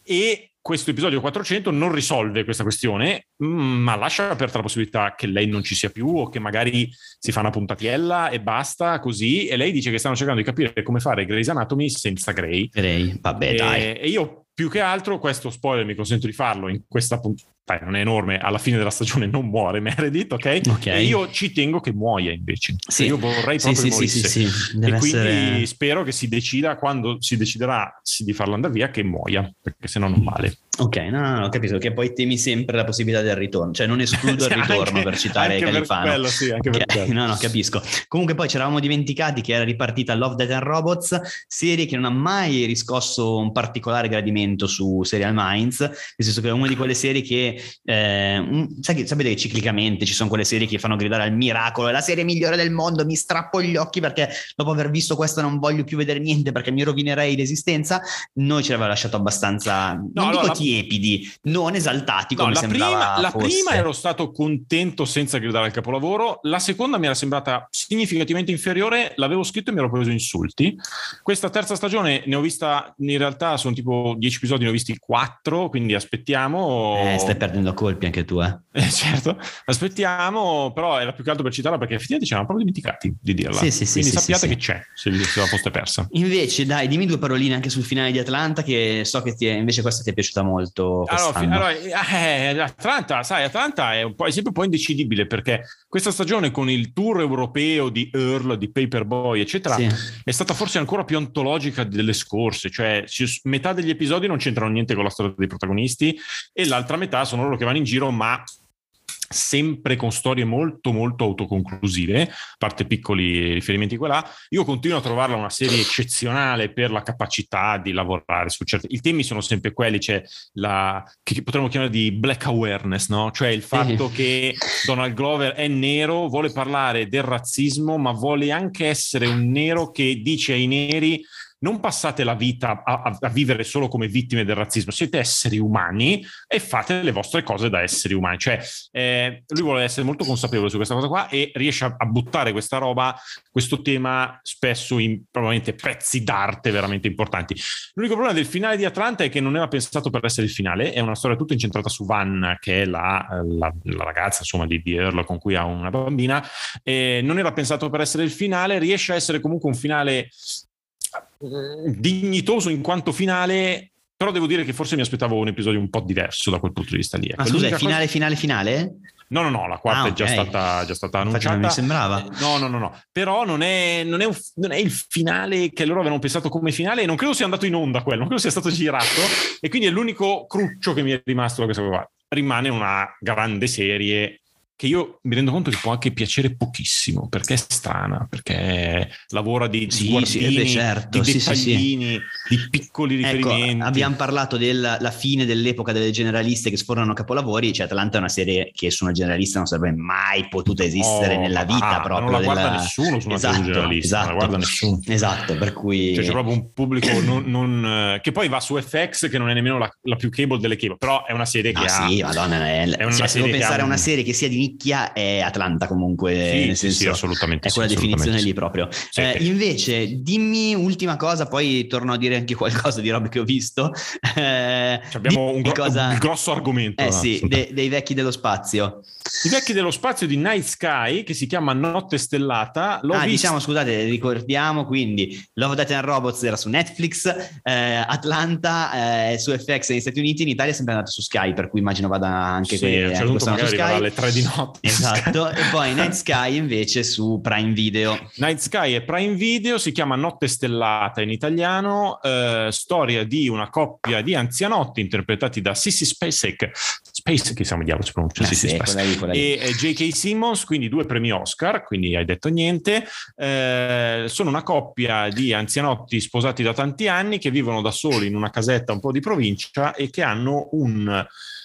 [SPEAKER 3] E questo episodio quattrocento non risolve questa questione, ma lascia aperta la possibilità che lei non ci sia più o che magari si fa una puntatiella e basta così, e lei dice che stanno cercando di capire come fare Grey's Anatomy senza Grey.
[SPEAKER 2] Grey, vabbè,
[SPEAKER 3] e,
[SPEAKER 2] dai.
[SPEAKER 3] e io più che altro, questo spoiler mi consento di farlo in questa puntata, non è enorme, alla fine della stagione non muore Meredith, ok?
[SPEAKER 2] Ok.
[SPEAKER 3] E io ci tengo che muoia invece.
[SPEAKER 2] Sì.
[SPEAKER 3] Io vorrei
[SPEAKER 2] Sì,
[SPEAKER 3] proprio
[SPEAKER 2] sì,
[SPEAKER 3] che
[SPEAKER 2] sì,
[SPEAKER 3] morisse.
[SPEAKER 2] sì, sì. Deve
[SPEAKER 3] E quindi
[SPEAKER 2] essere...
[SPEAKER 3] spero che si decida, quando si deciderà di farlo andare via, che muoia, perché se no non vale.
[SPEAKER 2] Ok, no, no, no, capisco che poi temi sempre la possibilità del ritorno, cioè non escludo il
[SPEAKER 3] Sì,
[SPEAKER 2] ritorno
[SPEAKER 3] anche-
[SPEAKER 2] per citare
[SPEAKER 3] anche per
[SPEAKER 2] Califano.
[SPEAKER 3] quello, sì, anche per
[SPEAKER 2] Ok,
[SPEAKER 3] quello.
[SPEAKER 2] no, no, capisco. Comunque poi ci eravamo dimenticati che era ripartita Love, Death and Robots, serie che non ha mai riscosso un particolare gradimento su Serial Minds, nel senso che è una di quelle serie che, eh, un- sai che sapete che ciclicamente ci sono quelle serie che fanno gridare al miracolo, è la serie migliore del mondo, mi strappo gli occhi perché dopo aver visto questa non voglio più vedere niente perché mi rovinerei l'esistenza. Noi ce l'aveva lasciato abbastanza, non
[SPEAKER 3] No,
[SPEAKER 2] dico
[SPEAKER 3] allora, la-
[SPEAKER 2] tiepidi, non esaltati
[SPEAKER 3] No,
[SPEAKER 2] come
[SPEAKER 3] la
[SPEAKER 2] sembrava
[SPEAKER 3] prima, la
[SPEAKER 2] fosse.
[SPEAKER 3] prima ero stato contento senza gridare al capolavoro, la seconda mi era sembrata significativamente inferiore, l'avevo scritto e mi ero preso insulti. Questa terza stagione ne ho vista, in realtà sono tipo dieci episodi, ne ho visti quattro, quindi aspettiamo.
[SPEAKER 2] Eh, stai perdendo colpi anche tu, eh.
[SPEAKER 3] Eh, certo, aspettiamo, però era più che altro per citarla perché effettivamente ci eravamo proprio dimenticati di dirla.
[SPEAKER 2] Sì, sì, sì,
[SPEAKER 3] quindi
[SPEAKER 2] sì,
[SPEAKER 3] sappiate
[SPEAKER 2] sì,
[SPEAKER 3] che
[SPEAKER 2] sì.
[SPEAKER 3] c'è, se, se la foste persa.
[SPEAKER 2] Invece, dai, dimmi due paroline anche sul finale di Atlanta, che so che ti è, invece questa ti è piaciuta molto
[SPEAKER 3] Allora, fi-
[SPEAKER 2] quest'anno.
[SPEAKER 3] allora, eh, Atlanta, sai, Atlanta è, un po', è sempre un po' indecidibile perché questa stagione con il tour europeo di Earl, di Paperboy, eccetera,
[SPEAKER 2] Sì.
[SPEAKER 3] è stata forse ancora più antologica delle scorse, cioè ci- metà degli episodi non c'entrano niente con la storia dei protagonisti e l'altra metà sono loro che vanno in giro, ma sempre con storie molto molto autoconclusive, a parte piccoli riferimenti qua là. Io continuo a trovarla una serie eccezionale per la capacità di lavorare su certi... I temi sono sempre quelli, c'è la che potremmo chiamare di black awareness, no? Cioè il fatto
[SPEAKER 2] Sì.
[SPEAKER 3] che Donald Glover è nero, vuole parlare del razzismo, ma vuole anche essere un nero che dice ai neri: non passate la vita a, a, a vivere solo come vittime del razzismo, siete esseri umani e fate le vostre cose da esseri umani. Cioè eh, lui vuole essere molto consapevole su questa cosa qua e riesce a, a buttare questa roba, questo tema spesso in probabilmente pezzi d'arte veramente importanti. L'unico problema del finale di Atlanta è che non era pensato per essere il finale, è una storia tutta incentrata su Van, che è la, la, la ragazza insomma di, di Earl con cui ha una bambina, e non era pensato per essere il finale, riesce a essere comunque un finale dignitoso in quanto finale, però devo dire che forse mi aspettavo un episodio un po' diverso da quel punto di vista lì.
[SPEAKER 2] Ma scusa, è finale, cosa... finale, finale?
[SPEAKER 3] No, no, no, la quarta
[SPEAKER 2] ah,
[SPEAKER 3] è già
[SPEAKER 2] okay.
[SPEAKER 3] stata, già stata annunciata.
[SPEAKER 2] Infatti non mi sembrava.
[SPEAKER 3] No, no, no, no. Però non è, non, è un, non è il finale che loro avevano pensato come finale e non credo sia andato in onda quello, non credo sia stato girato e quindi è l'unico cruccio che mi è rimasto da questa cosa. Rimane una grande serie che io mi rendo conto che può anche piacere pochissimo, perché è strana, perché lavora di
[SPEAKER 2] Sì,
[SPEAKER 3] sguardini,
[SPEAKER 2] sì, beh, certo.
[SPEAKER 3] di
[SPEAKER 2] Sì, sì, sì.
[SPEAKER 3] dettaglini, di piccoli
[SPEAKER 2] Ecco,
[SPEAKER 3] riferimenti.
[SPEAKER 2] abbiamo parlato della la fine dell'epoca delle generaliste che sfornano capolavori, cioè Atlanta è una serie che su una generalista non sarebbe mai potuta esistere
[SPEAKER 3] Oh,
[SPEAKER 2] nella
[SPEAKER 3] ma
[SPEAKER 2] vita
[SPEAKER 3] va,
[SPEAKER 2] proprio.
[SPEAKER 3] non la guarda
[SPEAKER 2] della...
[SPEAKER 3] nessuno su una
[SPEAKER 2] esatto,
[SPEAKER 3] serie generalista,
[SPEAKER 2] esatto,
[SPEAKER 3] non la guarda nessuno.
[SPEAKER 2] Esatto, per cui...
[SPEAKER 3] Cioè c'è proprio un pubblico non, non, che poi va su F X, che non è nemmeno la, la più cable delle cable, però è una serie
[SPEAKER 2] No,
[SPEAKER 3] che
[SPEAKER 2] sì,
[SPEAKER 3] ha...
[SPEAKER 2] madonna, è,
[SPEAKER 3] è una
[SPEAKER 2] cioè, se devo pensare
[SPEAKER 3] un...
[SPEAKER 2] a una serie che sia di nicchia è Atlanta comunque,
[SPEAKER 3] sì,
[SPEAKER 2] nel
[SPEAKER 3] sì,
[SPEAKER 2] senso,
[SPEAKER 3] sì, assolutamente
[SPEAKER 2] è quella
[SPEAKER 3] sì,
[SPEAKER 2] definizione
[SPEAKER 3] assolutamente
[SPEAKER 2] lì proprio.
[SPEAKER 3] sì.
[SPEAKER 2] Eh, invece, dimmi ultima cosa, poi torno a dire anche qualcosa di robe che ho visto. Eh,
[SPEAKER 3] cioè, abbiamo un, gro-
[SPEAKER 2] cosa...
[SPEAKER 3] un grosso argomento.
[SPEAKER 2] Eh sì, de- dei vecchi dello spazio.
[SPEAKER 3] I vecchi dello spazio di Night Sky, che si chiama Notte Stellata. L'ho
[SPEAKER 2] ah,
[SPEAKER 3] visto...
[SPEAKER 2] diciamo, scusate, ricordiamo quindi Love, Death and Robots era su Netflix, eh, Atlanta eh, su F X negli Stati Uniti, in Italia è sempre andato su Sky, per cui immagino vada anche,
[SPEAKER 3] sì,
[SPEAKER 2] que-
[SPEAKER 3] a un certo
[SPEAKER 2] anche
[SPEAKER 3] punto magari
[SPEAKER 2] su Sky.
[SPEAKER 3] arriverà alle tre di notte.
[SPEAKER 2] Esatto, e poi Night Sky invece su Prime Video.
[SPEAKER 3] Night Sky è Prime Video, si chiama Notte Stellata in italiano, eh, storia di una coppia di anzianotti interpretati da Sissy Spacek, Space, che siamo diavolo si pronuncia,
[SPEAKER 2] Ah,
[SPEAKER 3] Sissy
[SPEAKER 2] sì,
[SPEAKER 3] Spacek,
[SPEAKER 2] quella lì, quella lì.
[SPEAKER 3] e J K. Simmons, quindi due premi Oscar, quindi hai detto niente. Eh, sono una coppia di anzianotti sposati da tanti anni che vivono da soli in una casetta un po' di provincia e che hanno un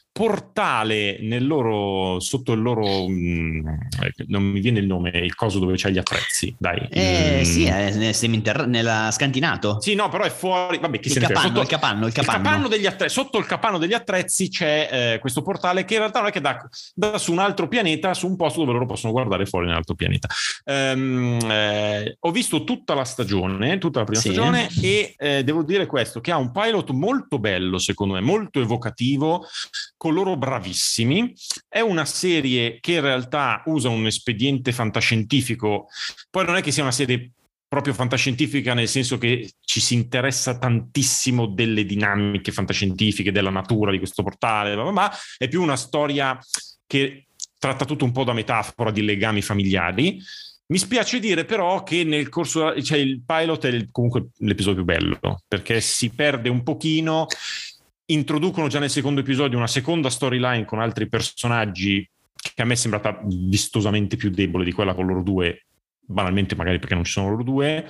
[SPEAKER 3] portale nel loro, sotto il loro mh, non mi viene il nome, il coso dove c'è gli attrezzi, dai.
[SPEAKER 2] Eh,
[SPEAKER 3] il,
[SPEAKER 2] sì, è nel seminterra- nella scantinato.
[SPEAKER 3] sì, no, però è fuori, vabbè, chi
[SPEAKER 2] il
[SPEAKER 3] se ne frega.
[SPEAKER 2] capanno,
[SPEAKER 3] Sotto,
[SPEAKER 2] il capanno, il capanno.
[SPEAKER 3] il capanno degli attrezzi, sotto il capanno degli attrezzi c'è eh, questo portale che in realtà non è che dà, dà su un altro pianeta, su un posto dove loro possono guardare fuori nell'altro pianeta. Um, eh, ho visto tutta la stagione, tutta la prima
[SPEAKER 2] sì.
[SPEAKER 3] stagione e eh, devo dire questo, che ha un pilot molto bello, secondo me, molto evocativo, con loro bravissimi. È una serie che in realtà usa un espediente fantascientifico, poi non è che sia una serie proprio fantascientifica nel senso che ci si interessa tantissimo delle dinamiche fantascientifiche, della natura di questo portale, ma è più una storia che tratta tutto un po' da metafora di legami familiari. Mi spiace dire però che nel corso, cioè il pilot è il, comunque l'episodio più bello, perché si perde un pochino. Introducono già nel secondo episodio una seconda storyline con altri personaggi che a me è sembrata vistosamente più debole di quella con loro due, banalmente magari perché non ci sono loro due,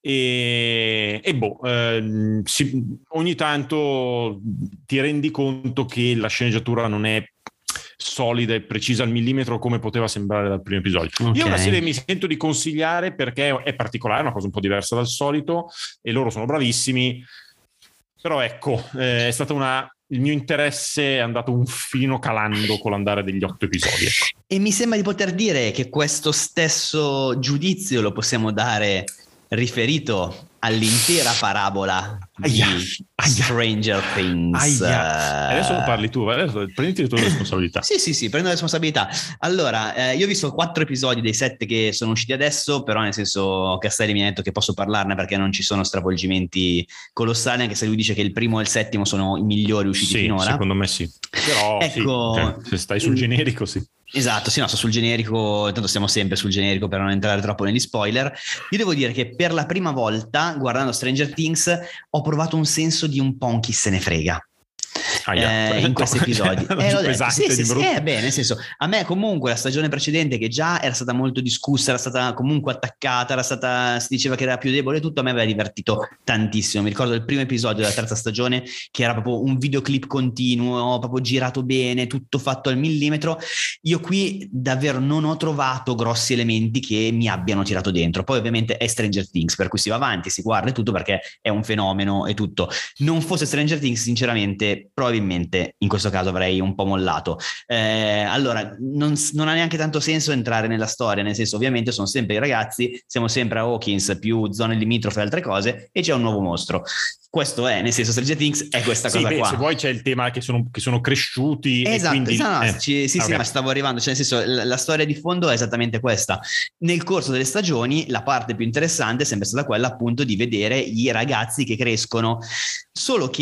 [SPEAKER 3] e, e boh, eh, si, ogni tanto ti rendi conto che la sceneggiatura non è solida e precisa al millimetro come poteva sembrare dal primo episodio. Okay. Io una serie mi sento di consigliare perché è particolare, è una cosa un po' diversa dal solito e loro sono bravissimi. Però ecco, eh, è stata una... il mio interesse è andato un filo calando con l'andare degli otto episodi. Ecco.
[SPEAKER 2] E mi sembra di poter dire che questo stesso giudizio lo possiamo dare riferito all'intera parabola
[SPEAKER 3] aia,
[SPEAKER 2] di
[SPEAKER 3] aia,
[SPEAKER 2] Stranger Things.
[SPEAKER 3] Aia. Adesso parli tu, adesso prendi le tue responsabilità.
[SPEAKER 2] Sì, sì, sì, prendo la responsabilità. Allora, eh, io ho visto quattro episodi dei sette che sono usciti adesso, però nel senso Castelli mi ha detto che posso parlarne perché non ci sono stravolgimenti colossali, anche se lui dice che il primo e il settimo sono i migliori usciti
[SPEAKER 3] sì,
[SPEAKER 2] finora.
[SPEAKER 3] Secondo me sì. Però
[SPEAKER 2] ecco,
[SPEAKER 3] sì, cioè, se stai sul generico sì.
[SPEAKER 2] Esatto, sì, no, sto sul generico, tanto stiamo sempre sul generico per non entrare troppo negli spoiler. Io devo dire che per la prima volta, guardando Stranger Things, ho provato un senso di un po' un chi se ne frega. Ah, yeah. eh, in questi episodi eh, detto, sì, sì, sì, eh, beh, nel senso, a me comunque la stagione precedente, che già era stata molto discussa, era stata comunque attaccata, era stata, si diceva che era più debole e tutto, a me aveva divertito tantissimo. Mi ricordo il primo episodio della terza stagione che era proprio un videoclip continuo, proprio girato bene, tutto fatto al millimetro. Io qui davvero non ho trovato grossi elementi che mi abbiano tirato dentro. Poi ovviamente è Stranger Things, per cui si va avanti, si guarda e tutto perché è un fenomeno e tutto. Non fosse Stranger Things, sinceramente probabilmente in questo caso avrei un po' mollato. Eh, allora non, non ha neanche tanto senso entrare nella storia, nel senso, ovviamente sono sempre i ragazzi, siamo sempre a Hawkins più zone limitrofe e altre cose e c'è un nuovo mostro. Questo è, nel senso, Stranger Things è questa
[SPEAKER 3] sì,
[SPEAKER 2] cosa
[SPEAKER 3] beh,
[SPEAKER 2] qua.
[SPEAKER 3] Se vuoi c'è il tema che sono, che sono cresciuti.
[SPEAKER 2] Esatto,
[SPEAKER 3] e quindi,
[SPEAKER 2] no, no,
[SPEAKER 3] eh,
[SPEAKER 2] ci, sì,
[SPEAKER 3] okay.
[SPEAKER 2] sì, ma stavo arrivando, cioè nel senso, la, la storia di fondo è esattamente questa. Nel corso delle stagioni la parte più interessante è sempre stata quella appunto di vedere i ragazzi che crescono, solo che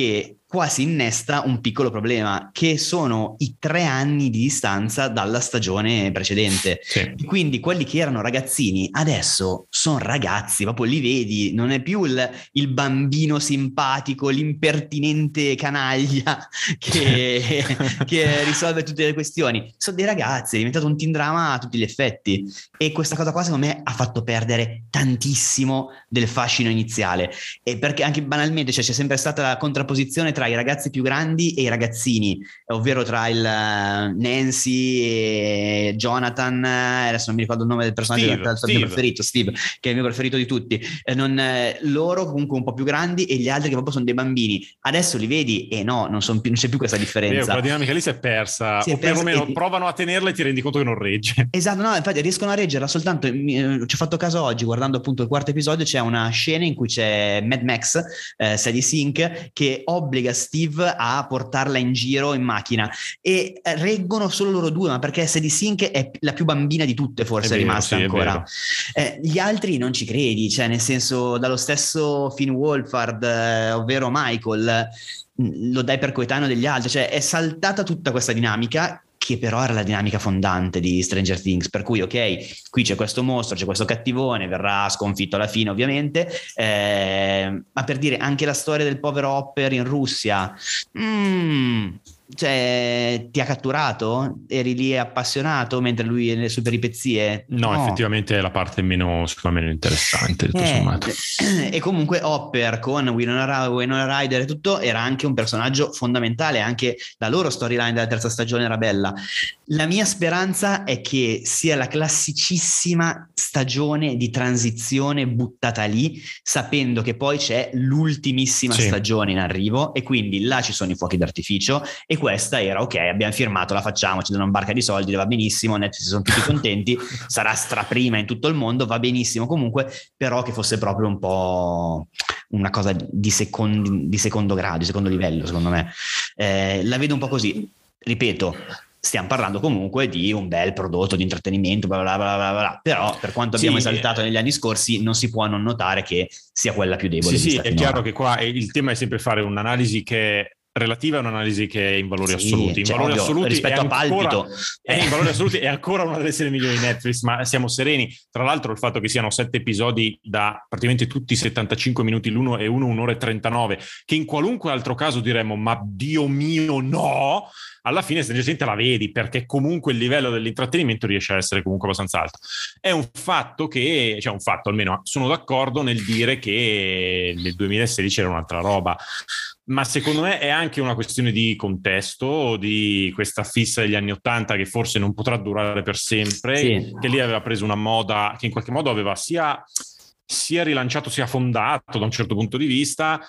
[SPEAKER 2] qua si innesta un piccolo problema, che sono i tre anni di distanza dalla stagione precedente.
[SPEAKER 3] Sì.
[SPEAKER 2] E quindi quelli che erano ragazzini adesso sono ragazzi, proprio li vedi, non è più il, il bambino simpatico, l'impertinente canaglia che, che risolve tutte le questioni. Sono dei ragazzi, è diventato un teen drama a tutti gli effetti, e questa cosa qua secondo me ha fatto perdere tantissimo del fascino iniziale, e perché anche banalmente, cioè, c'è sempre stata la contrapposizione tra i ragazzi più grandi e i ragazzini, ovvero tra il uh, Nancy e Jonathan, adesso non mi ricordo il nome del personaggio,
[SPEAKER 3] Steve,
[SPEAKER 2] il
[SPEAKER 3] Steve.
[SPEAKER 2] mio preferito, Steve, che è il mio preferito di tutti, eh, non, eh, loro comunque un po' più grandi e gli altri che proprio sono dei bambini. Adesso li vedi e no, non, son più, non c'è più questa differenza.
[SPEAKER 3] Vero, quella dinamica lì si è persa,
[SPEAKER 2] si è
[SPEAKER 3] o perlomeno
[SPEAKER 2] e...
[SPEAKER 3] provano a tenerla e ti rendi conto che non regge.
[SPEAKER 2] Esatto, no, infatti riescono a reggerla soltanto, eh, ci ho fatto caso oggi guardando appunto il quarto episodio, c'è una scena in cui c'è Mad Max, eh, Sadie Sink, che obbliga Steve a portarla in giro in macchina, e reggono solo loro due, ma perché Sadie Sink è la più bambina di tutte, forse è,
[SPEAKER 3] è vero,
[SPEAKER 2] rimasta
[SPEAKER 3] sì,
[SPEAKER 2] ancora. Eh, gli altri non ci credi, cioè nel senso, dallo stesso Finn Wolfhard, eh, ovvero Michael, lo dai per coetaneo degli altri, cioè è saltata tutta questa dinamica, che però era la dinamica fondante di Stranger Things, per cui ok, qui c'è questo mostro, c'è questo cattivone, verrà sconfitto alla fine ovviamente, eh, ma per dire, anche la storia del povero Hopper in Russia, mm, cioè ti ha catturato? Eri lì appassionato mentre lui nelle sue peripezie?
[SPEAKER 3] No,
[SPEAKER 2] no.
[SPEAKER 3] effettivamente è la parte meno, secondo me, meno interessante, tutto
[SPEAKER 2] eh,
[SPEAKER 3] sommato.
[SPEAKER 2] E comunque Hopper con Winona, Winona Ryder e tutto era anche un personaggio fondamentale, anche la loro storyline della terza stagione era bella. La mia speranza è che sia la classicissima stagione di transizione buttata lì, sapendo che poi c'è l'ultimissima
[SPEAKER 3] sì.
[SPEAKER 2] stagione in arrivo, e quindi là ci sono i fuochi d'artificio, e questa era ok, abbiamo firmato, la facciamo, ci danno un barca di soldi, va benissimo, Netflix sono tutti contenti, sarà straprima in tutto il mondo, va benissimo comunque, però che fosse proprio un po' una cosa di secondo, di secondo grado, di secondo livello, secondo me. Eh, la vedo un po' così, ripeto, stiamo parlando comunque di un bel prodotto di intrattenimento, bla bla bla bla bla, però per quanto abbiamo sì, esaltato negli anni scorsi non si può non notare che sia quella più debole.
[SPEAKER 3] Sì, sì, è chiaro che qua il tema è sempre fare un'analisi che relativa a un'analisi che è in valori sì, assoluti. In
[SPEAKER 2] cioè,
[SPEAKER 3] valori
[SPEAKER 2] ovvio,
[SPEAKER 3] assoluti
[SPEAKER 2] rispetto
[SPEAKER 3] è
[SPEAKER 2] a
[SPEAKER 3] ancora,
[SPEAKER 2] Palpito
[SPEAKER 3] è in valori assoluti è ancora una delle serie migliori di Netflix, ma siamo sereni. Tra l'altro il fatto che siano sette episodi da praticamente tutti settantacinque minuti l'uno e uno un'ora e trentanove, che in qualunque altro caso diremmo ma Dio mio no, alla fine Stranger Things la vedi, perché comunque il livello dell'intrattenimento riesce a essere comunque abbastanza alto. È un fatto che, cioè un fatto, almeno sono d'accordo nel dire che nel duemilasedici era un'altra roba, ma secondo me è anche una questione di contesto, di questa fissa degli anni Ottanta che forse non potrà durare per sempre, sì. Che lì aveva preso una moda che in qualche modo aveva sia sia rilanciato sia fondato da un certo punto di vista,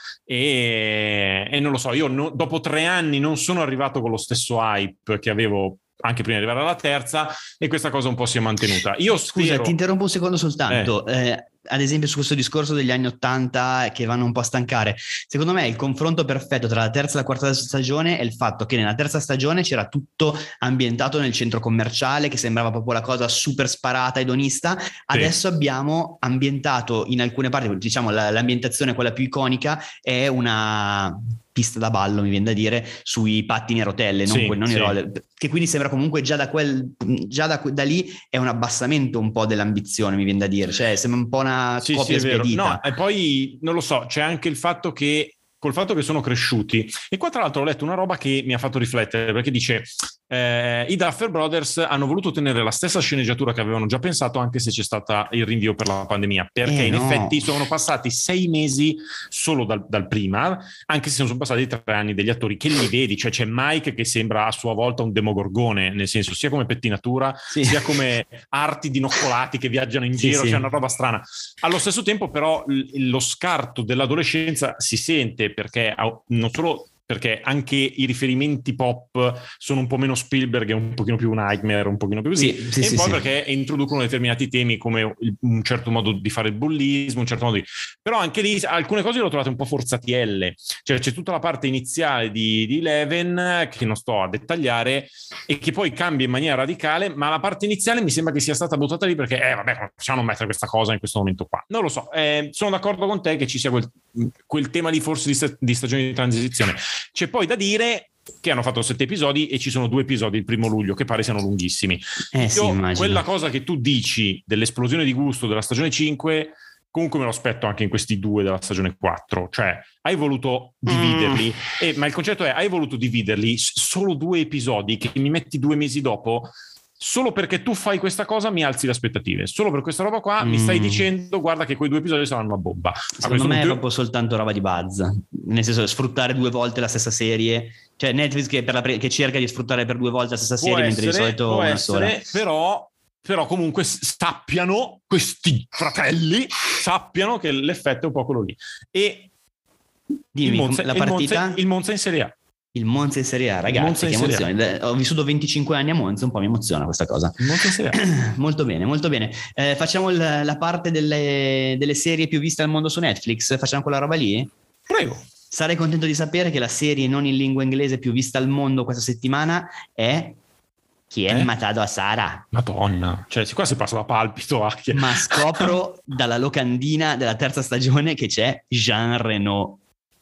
[SPEAKER 3] e, e non lo so, io no, dopo tre anni non sono arrivato con lo stesso hype che avevo anche prima di arrivare alla terza, e questa cosa un po' si è mantenuta. Io
[SPEAKER 2] Scusa,
[SPEAKER 3] spero...
[SPEAKER 2] ti interrompo un secondo soltanto. Eh. Eh, ad esempio su questo discorso degli anni Ottanta che vanno un po' a stancare, secondo me il confronto perfetto tra la terza e la quarta stagione è il fatto che nella terza stagione c'era tutto ambientato nel centro commerciale, che sembrava proprio la cosa super sparata edonista. Adesso sì. Abbiamo ambientato in alcune parti, diciamo la, l'ambientazione quella più iconica è una pista da ballo, mi viene da dire, sui pattini a rotelle, non,
[SPEAKER 3] sì,
[SPEAKER 2] non
[SPEAKER 3] sì.
[SPEAKER 2] i roller, che quindi sembra comunque già da quel già da, da lì è un abbassamento un po' dell'ambizione, mi viene da dire, cioè sembra un po' una
[SPEAKER 3] sì,
[SPEAKER 2] copia
[SPEAKER 3] sì, è vero.
[SPEAKER 2] spedita.
[SPEAKER 3] No, e poi non lo so, c'è anche il fatto che col fatto che sono cresciuti, e qua tra l'altro ho letto una roba che mi ha fatto riflettere, perché dice eh, i Duffer Brothers hanno voluto tenere la stessa sceneggiatura che avevano già pensato, anche se c'è stato il rinvio per la pandemia, perché
[SPEAKER 2] eh,
[SPEAKER 3] in
[SPEAKER 2] no.
[SPEAKER 3] effetti sono passati sei mesi solo dal, dal prima, anche se non sono passati tre anni degli attori che li vedi, cioè c'è Mike che sembra a sua volta un demogorgone, nel senso sia come pettinatura sì. sia come arti dinoccolati che viaggiano in
[SPEAKER 2] sì,
[SPEAKER 3] giro,
[SPEAKER 2] sì.
[SPEAKER 3] c'è una roba strana. Allo stesso tempo però l- lo scarto dell'adolescenza si sente, perché non solo perché anche i riferimenti pop sono un po' meno Spielberg e un pochino più Nightmare, un pochino più così,
[SPEAKER 2] sì, sì,
[SPEAKER 3] e
[SPEAKER 2] sì,
[SPEAKER 3] poi
[SPEAKER 2] sì.
[SPEAKER 3] perché introducono determinati temi come un certo modo di fare il bullismo, un certo modo di... però anche lì alcune cose le ho trovate un po' forzatielle, cioè c'è tutta la parte iniziale di, di Eleven che non sto a dettagliare e che poi cambia in maniera radicale, ma la parte iniziale mi sembra che sia stata buttata lì perché eh vabbè, come possiamo mettere questa cosa in questo momento qua, non lo so, eh, sono d'accordo con te che ci sia quel, quel tema lì forse di, sta- di stagione di transizione. C'è poi da dire che hanno fatto sette episodi e ci sono due episodi il primo luglio che pare siano lunghissimi.
[SPEAKER 2] Eh,
[SPEAKER 3] Io,
[SPEAKER 2] sì, immagino.
[SPEAKER 3] quella cosa che tu dici dell'esplosione di gusto della stagione cinque, comunque me lo aspetto anche in questi due della stagione quattro, cioè hai voluto dividerli, mm. eh, ma il concetto è hai voluto dividerli solo due episodi che mi metti due mesi dopo, solo perché tu fai questa cosa mi alzi le aspettative, solo per questa roba qua mm. mi stai dicendo guarda che quei due episodi saranno una bomba.
[SPEAKER 2] Secondo me è proprio soltanto roba di buzz, nel senso sfruttare due volte la stessa serie, cioè Netflix che, per la pre- che cerca di sfruttare per due volte la stessa serie, mentre di solito una sola.
[SPEAKER 3] Però però comunque sappiano, questi fratelli sappiano che l'effetto è un po' quello lì. E
[SPEAKER 2] dimmi,
[SPEAKER 3] il Monza,
[SPEAKER 2] la
[SPEAKER 3] il
[SPEAKER 2] partita?
[SPEAKER 3] Monza, il Monza in Serie A.
[SPEAKER 2] Il Monza in Serie A, ragazzi, che emozione. Ho vissuto venticinque anni a Monza, un po' mi emoziona questa cosa.
[SPEAKER 3] Il Monza in Serie A.
[SPEAKER 2] Molto bene, molto bene. Eh, facciamo il, la parte delle, delle serie più viste al mondo su Netflix? Facciamo quella roba lì?
[SPEAKER 3] Prego.
[SPEAKER 2] Sarei contento di sapere che la serie non in lingua inglese più vista al mondo questa settimana è Chi è eh? Matato a Sara?
[SPEAKER 3] Madonna, cioè qua si passa da palpito a chi...
[SPEAKER 2] Ma scopro dalla locandina della terza stagione che c'è Jean Reno.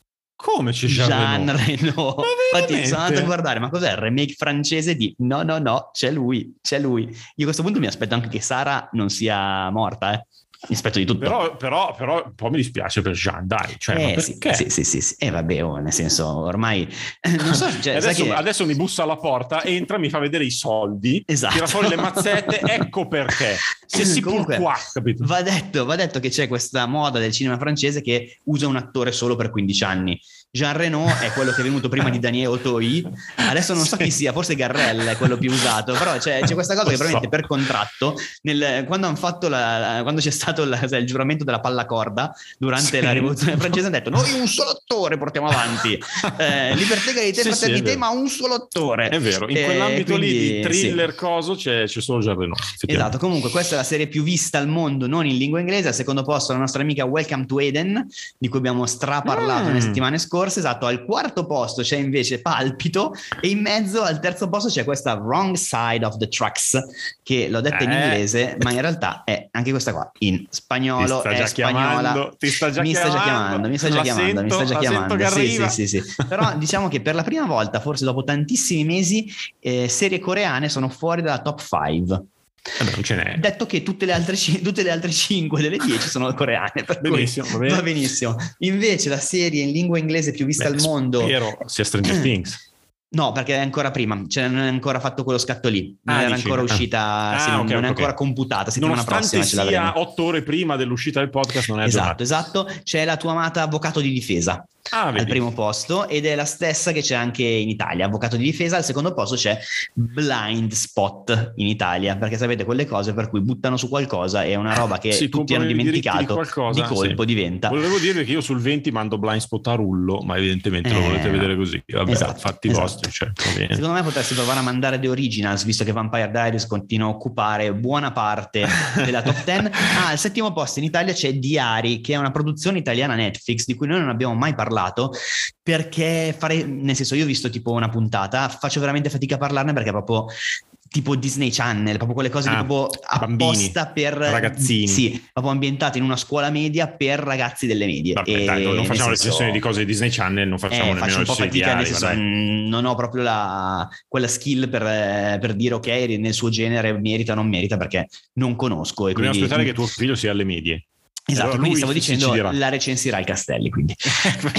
[SPEAKER 3] Come c'è Jean,
[SPEAKER 2] Jean Reno? Infatti sono andato a guardare, ma cos'è il remake francese di no no no, c'è lui, c'è lui. Io a questo punto mi aspetto anche che Sara non sia morta, eh. Mi aspetto di tutto.
[SPEAKER 3] Però, però, però un po' mi dispiace per Jean, dai. Cioè,
[SPEAKER 2] eh,
[SPEAKER 3] ma perché?
[SPEAKER 2] Sì, sì, sì, sì. E eh, vabbè, oh, nel senso, ormai non so, cioè,
[SPEAKER 3] adesso,
[SPEAKER 2] che...
[SPEAKER 3] adesso mi bussa alla porta, entra, mi fa vedere i soldi,
[SPEAKER 2] esatto.
[SPEAKER 3] Tira fuori le mazzette, ecco perché. Se si
[SPEAKER 2] Comunque,
[SPEAKER 3] qua, capito?
[SPEAKER 2] Va detto, va detto che c'è questa moda del cinema francese che usa un attore solo per quindici anni. Jean Reno è quello che è venuto prima di Daniel Auteuil, adesso non so chi sia, forse Garrel è quello più usato, però c'è, c'è questa cosa che veramente per contratto nel, quando hanno fatto la, quando c'è stato la, il giuramento della pallacorda durante sì. la rivoluzione francese hanno detto noi un solo attore portiamo avanti, eh, libertà, egalità e sì, fraternità, sì, ma un solo attore.
[SPEAKER 3] È vero, in eh, quell'ambito quindi, lì di thriller sì. coso c'è, c'è solo Jean Reno.
[SPEAKER 2] Esatto, comunque questa è la serie più vista al mondo non in lingua inglese. Al secondo posto la nostra amica Welcome to Eden, di cui abbiamo straparlato mm. nelle settimane scorse. Esatto, al quarto posto c'è invece Palpito e in mezzo al terzo posto c'è questa Wrong Side of the Tracks, che l'ho detta eh. in inglese, ma in realtà è anche questa qua in spagnolo, è spagnola.
[SPEAKER 3] Ti sta già
[SPEAKER 2] mi
[SPEAKER 3] chiamando,
[SPEAKER 2] sta già chiamando, mi sta già chiamando,
[SPEAKER 3] sento,
[SPEAKER 2] mi sta già chiamando. Sì,
[SPEAKER 3] sì,
[SPEAKER 2] sì, sì, sì. Però diciamo che per la prima volta, forse dopo tantissimi mesi, eh, serie coreane sono fuori dalla top cinque.
[SPEAKER 3] Eh beh, non ce n'è.
[SPEAKER 2] Detto che tutte le altre tutte le altre cinque delle dieci sono coreane, per benissimo, cui va, va benissimo. Invece la serie in lingua inglese più vista beh, al mondo
[SPEAKER 3] spero sia Stranger Things.
[SPEAKER 2] No, perché è ancora prima, cioè non è ancora fatto quello scatto lì, non
[SPEAKER 3] ah,
[SPEAKER 2] era
[SPEAKER 3] dici?
[SPEAKER 2] ancora uscita,
[SPEAKER 3] ah.
[SPEAKER 2] sì,
[SPEAKER 3] Ah,
[SPEAKER 2] non,
[SPEAKER 3] okay,
[SPEAKER 2] non è
[SPEAKER 3] okay.
[SPEAKER 2] ancora computata, settimana prossima ce l'avremo.
[SPEAKER 3] Nonostante sia otto ore prima dell'uscita del podcast non è
[SPEAKER 2] esatto,
[SPEAKER 3] aggiornato.
[SPEAKER 2] Esatto, c'è la tua amata Avvocato di difesa.
[SPEAKER 3] Ah,
[SPEAKER 2] al primo posto ed è la stessa che c'è anche in Italia, Avvocato di difesa. Al secondo posto c'è Blind Spot in Italia, perché sapete quelle cose per cui buttano su qualcosa e è una roba che
[SPEAKER 3] sì,
[SPEAKER 2] tutti hanno dimenticato, di,
[SPEAKER 3] qualcosa,
[SPEAKER 2] di colpo
[SPEAKER 3] sì.
[SPEAKER 2] diventa.
[SPEAKER 3] Volevo dirvi che io sul venti mando Blind Spot a rullo, ma evidentemente eh, lo volete vedere così. Vabbè,
[SPEAKER 2] esatto,
[SPEAKER 3] fatti
[SPEAKER 2] esatto.
[SPEAKER 3] vostri, cioè,
[SPEAKER 2] secondo me potresti provare a mandare The Originals, visto che Vampire Diaries continua a occupare buona parte della top dieci. Ah, al settimo posto in Italia c'è Diari, che è una produzione italiana Netflix di cui noi non abbiamo mai parlato, perché fare, nel senso, io ho visto tipo una puntata, faccio veramente fatica a parlarne perché è proprio tipo Disney Channel, proprio quelle cose
[SPEAKER 3] ah,
[SPEAKER 2] che proprio apposta per
[SPEAKER 3] ragazzini,
[SPEAKER 2] sì, proprio ambientata in una scuola media per ragazzi delle medie.
[SPEAKER 3] Vabbè,
[SPEAKER 2] e
[SPEAKER 3] dai, non facciamo
[SPEAKER 2] senso,
[SPEAKER 3] le sessioni di cose di Disney Channel, non facciamo
[SPEAKER 2] eh,
[SPEAKER 3] nemmeno
[SPEAKER 2] faccio un po' fatica,
[SPEAKER 3] diari,
[SPEAKER 2] nel senso, mh, non ho proprio la, quella skill per, per dire ok, nel suo genere merita o non merita, perché non conosco. E
[SPEAKER 3] dobbiamo
[SPEAKER 2] quindi,
[SPEAKER 3] aspettare che tuo figlio sia alle medie.
[SPEAKER 2] Esatto,
[SPEAKER 3] allora
[SPEAKER 2] quindi stavo dicendo la recensirà il Castelli, quindi ok,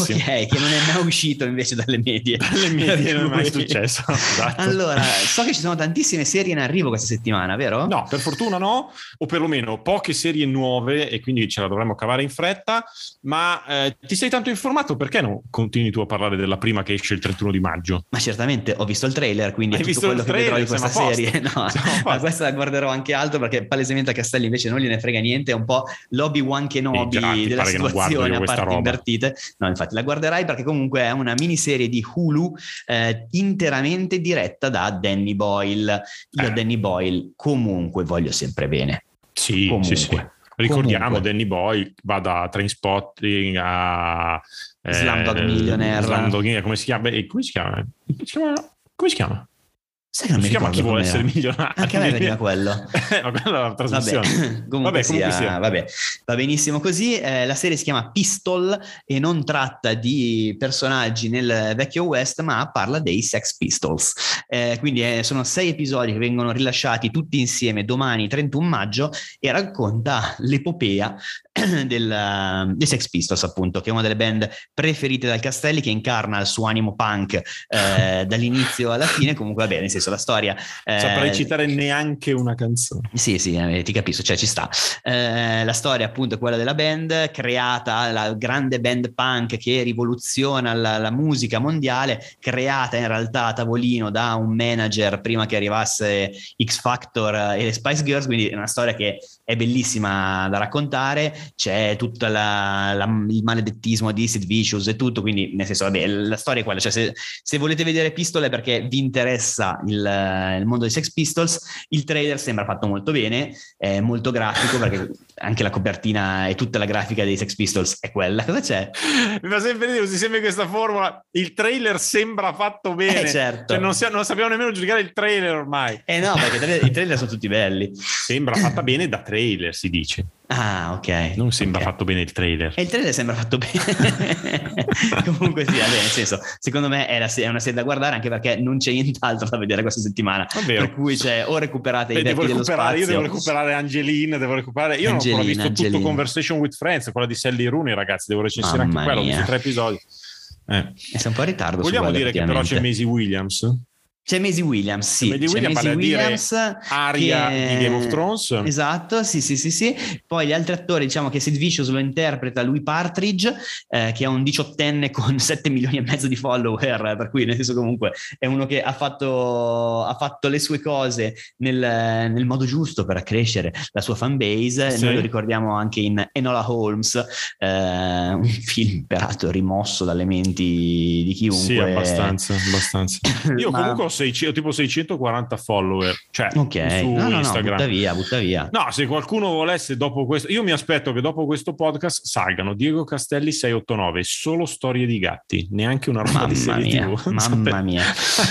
[SPEAKER 2] che non è mai uscito invece dalle medie.
[SPEAKER 3] Dalle medie non è mai successo. Esatto.
[SPEAKER 2] Allora, so che ci sono tantissime serie in arrivo questa settimana, vero?
[SPEAKER 3] No, per fortuna no, o perlomeno poche serie nuove e quindi ce la dovremmo cavare in fretta, ma eh, ti sei tanto informato, perché non continui tu a parlare della prima che esce il trentuno di maggio?
[SPEAKER 2] Ma certamente, ho visto il trailer, quindi
[SPEAKER 3] Hai
[SPEAKER 2] è tutto quello che
[SPEAKER 3] trailer,
[SPEAKER 2] vedrò di questa serie. No, ma questa la guarderò anche altro, perché palesemente a Castelli invece non gliene frega niente, è un po' l'Obi-Wan Kenobi
[SPEAKER 3] eh, già,
[SPEAKER 2] della situazione a parti
[SPEAKER 3] roba.
[SPEAKER 2] invertite. No, infatti la guarderai perché comunque è una miniserie di Hulu eh, interamente diretta da Danny Boyle. Io
[SPEAKER 3] eh.
[SPEAKER 2] a Danny Boyle comunque voglio sempre bene.
[SPEAKER 3] Sì,
[SPEAKER 2] comunque,
[SPEAKER 3] sì, sì. Ricordiamo
[SPEAKER 2] comunque.
[SPEAKER 3] Danny Boyle va da Trainspotting a
[SPEAKER 2] eh, Slumdog Millionaire.
[SPEAKER 3] Slumdog, come si chiama? Come si chiama? Come si chiama? Come si chiama?
[SPEAKER 2] Sai che non
[SPEAKER 3] si
[SPEAKER 2] mi
[SPEAKER 3] chiama Chi vuole essere milionario?
[SPEAKER 2] Anche a me veniva quello.
[SPEAKER 3] Ma quella è una trasmissione.
[SPEAKER 2] Vabbè, comunque,
[SPEAKER 3] vabbè,
[SPEAKER 2] sia,
[SPEAKER 3] comunque sia.
[SPEAKER 2] Vabbè, va benissimo così. Eh, la serie si chiama Pistol e non tratta di personaggi nel vecchio West, ma parla dei Sex Pistols. Eh, quindi eh, sono sei episodi che vengono rilasciati tutti insieme domani, trentuno maggio, e racconta l'epopea del, dei Sex Pistols, appunto, che è una delle band preferite dal Castelli, che incarna il suo animo punk eh, dall'inizio alla fine. Comunque, vabbè, nel senso, la storia eh,
[SPEAKER 3] saprei citare neanche una canzone.
[SPEAKER 2] Sì, sì, eh, ti capisco, cioè ci sta. Eh, la storia appunto è quella della band creata, la grande band punk che rivoluziona la, la musica mondiale, creata in realtà a tavolino da un manager prima che arrivasse X Factor e le Spice Girls, quindi è una storia che è bellissima da raccontare. C'è tutto la, la, il maledettismo di Sid Vicious e tutto, quindi nel senso, vabbè, la storia è quella, cioè se, se volete vedere Pistole perché vi interessa il, il mondo dei Sex Pistols, il trailer sembra fatto molto bene, è molto grafico perché anche la copertina e tutta la grafica dei Sex Pistols è quella. Cosa c'è?
[SPEAKER 3] Mi fa sempre dire, si sembra questa formula, il trailer sembra fatto bene,
[SPEAKER 2] eh, certo.
[SPEAKER 3] Cioè non, si, non sappiamo nemmeno giudicare il trailer ormai.
[SPEAKER 2] Eh no, perché i trailer, i trailer sono tutti belli.
[SPEAKER 3] Sembra fatta bene da trailer, si dice.
[SPEAKER 2] Ah, ok.
[SPEAKER 3] Non sembra
[SPEAKER 2] okay.
[SPEAKER 3] fatto bene il trailer.
[SPEAKER 2] E il trailer sembra fatto bene. Comunque sì, vabbè, nel senso, secondo me è, la, è una serie da guardare, anche perché non c'è nient'altro da vedere questa settimana. Per cui cioè, o recuperate
[SPEAKER 3] Beh,
[SPEAKER 2] i vecchi dello spazio.
[SPEAKER 3] Io devo recuperare Angeline, devo recuperare... Io Angeline, non ho ancora visto Angeline. Tutto Conversation with Friends, quella di Sally Rooney, ragazzi, devo recensire Mamma anche quello, ho visto tre episodi. Eh.
[SPEAKER 2] E sei un po' in ritardo.
[SPEAKER 3] Vogliamo dire che però c'è Maisie Williams?
[SPEAKER 2] C'è Maisie Williams, sì.
[SPEAKER 3] Maisie Williams,
[SPEAKER 2] Maisie
[SPEAKER 3] Williams Arya che... di Game of Thrones.
[SPEAKER 2] Esatto, sì, sì, sì, sì. Poi gli altri attori, diciamo che Sid Vicious lo interpreta Louis Partridge, eh, che è un diciottenne con sette milioni e mezzo di follower, per cui nel senso comunque è uno che ha fatto, ha fatto le sue cose nel, nel modo giusto per accrescere la sua fanbase. Sì. Noi lo ricordiamo anche in Enola Holmes, eh, un film peraltro rimosso dalle menti di chiunque.
[SPEAKER 3] Sì, abbastanza, abbastanza. Io Ma... comunque ho seicento, tipo seicentoquaranta follower, cioè
[SPEAKER 2] okay.
[SPEAKER 3] su
[SPEAKER 2] no, no,
[SPEAKER 3] Instagram.
[SPEAKER 2] No, butta via, butta via.
[SPEAKER 3] No, se qualcuno volesse dopo questo, io mi aspetto che dopo questo podcast salgano Diego Castelli sei otto nove, solo storie di gatti, neanche una roba
[SPEAKER 2] mamma
[SPEAKER 3] di serie
[SPEAKER 2] mia,
[SPEAKER 3] tivù.
[SPEAKER 2] Mamma mia.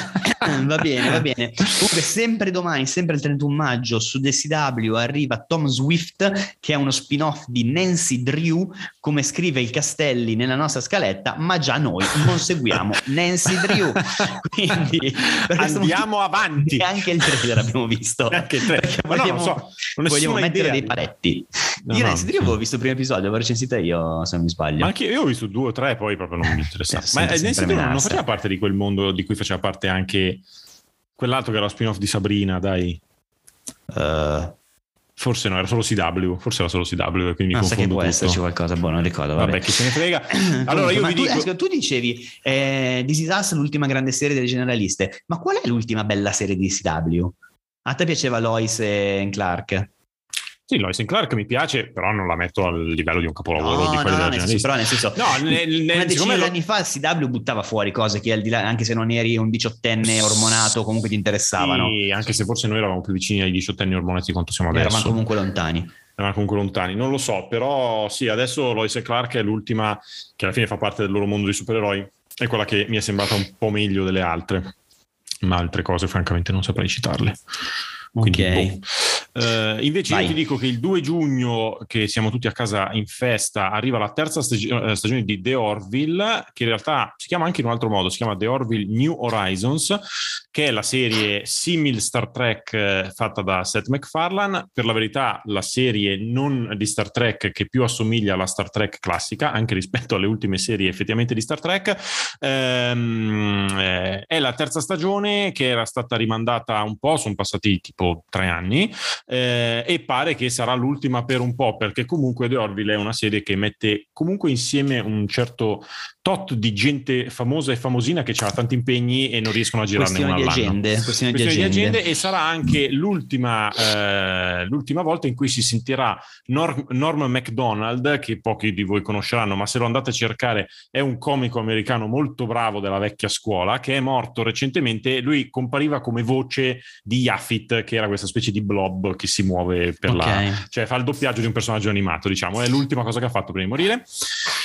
[SPEAKER 2] Va bene, va bene. Comunque sempre domani, sempre il trentuno maggio, su D C W arriva Tom Swift, che è uno spin-off di Nancy Drew, come scrive il Castelli nella nostra scaletta, ma già noi non seguiamo Nancy Drew. Quindi
[SPEAKER 3] andiamo avanti.
[SPEAKER 2] E anche il trailer abbiamo visto.
[SPEAKER 3] Anche il trailer. Ma
[SPEAKER 2] vogliamo,
[SPEAKER 3] no, non so, non
[SPEAKER 2] vogliamo mettere
[SPEAKER 3] idea.
[SPEAKER 2] dei paletti.
[SPEAKER 3] No,
[SPEAKER 2] io
[SPEAKER 3] no,
[SPEAKER 2] Nancy Drew avevo visto il primo episodio, l'avevo recensita io, se non mi sbaglio.
[SPEAKER 3] Ma anche io ho visto due o tre, poi proprio non mi interessava.
[SPEAKER 2] Eh,
[SPEAKER 3] ma Nancy Drew non
[SPEAKER 2] menarsa.
[SPEAKER 3] faceva parte di quel mondo di cui faceva parte anche quell'altro che era lo spin-off di Sabrina, dai.
[SPEAKER 2] Uh,
[SPEAKER 3] forse no, era solo C W, forse era solo C W, quindi
[SPEAKER 2] no,
[SPEAKER 3] mi
[SPEAKER 2] sa che può
[SPEAKER 3] tutto.
[SPEAKER 2] esserci qualcosa, boh, non ricordo. Vabbè,
[SPEAKER 3] vabbè chi se ne frega. Allora io
[SPEAKER 2] ma
[SPEAKER 3] vi
[SPEAKER 2] tu,
[SPEAKER 3] dico...
[SPEAKER 2] eh, tu dicevi eh, This Is Us, l'ultima grande serie delle generaliste, ma qual è l'ultima bella serie di C W? A te piaceva Lois e Clark?
[SPEAKER 3] Sì, Lois and Clark mi piace, però non la metto al livello di un capolavoro
[SPEAKER 2] no,
[SPEAKER 3] di quelli
[SPEAKER 2] no,
[SPEAKER 3] della
[SPEAKER 2] nel senso, però nel senso,
[SPEAKER 3] no, nel, nel,
[SPEAKER 2] una decina di
[SPEAKER 3] lo...
[SPEAKER 2] anni fa il C W buttava fuori cose che al di là, anche se non eri un diciottenne ormonato, comunque ti interessavano.
[SPEAKER 3] Sì, anche se forse noi eravamo più vicini ai diciottenni ormonati di quanto siamo adesso.
[SPEAKER 2] Eravamo comunque lontani.
[SPEAKER 3] Eravamo comunque lontani, non lo so, però sì, adesso Lois and Clark è l'ultima che alla fine fa parte del loro mondo di supereroi, è quella che mi è sembrata un po' meglio delle altre, ma altre cose francamente non saprei citarle. Quindi,
[SPEAKER 2] ok.
[SPEAKER 3] boh. Uh, invece Vai. Io ti dico che il due giugno, che siamo tutti a casa in festa, arriva la terza stag- stagione di The Orville, che in realtà si chiama anche in un altro modo, si chiama The Orville New Horizons, che è la serie simil Star Trek eh, fatta da Seth MacFarlane. Per la verità la serie non di Star Trek, che più assomiglia alla Star Trek classica, anche rispetto alle ultime serie effettivamente di Star Trek. Ehm, eh, è la terza stagione che era stata rimandata un po', sono passati tipo tre anni, eh, e pare che sarà l'ultima per un po', perché comunque The Orville è una serie che mette comunque insieme un certo tot di gente famosa e famosina che ha tanti impegni e non riescono a girarne una all'anno.
[SPEAKER 2] Agende, questione,
[SPEAKER 3] questione
[SPEAKER 2] di, agende.
[SPEAKER 3] di agende. E sarà anche l'ultima, eh, l'ultima volta in cui si sentirà Norm, Norm Macdonald, che pochi di voi conosceranno, ma se lo andate a cercare è un comico americano molto bravo della vecchia scuola, che è morto recentemente. Lui compariva come voce di Yafit, che era questa specie di blob che si muove per okay. la... cioè fa il doppiaggio di un personaggio animato, diciamo, è l'ultima cosa che ha fatto prima di morire.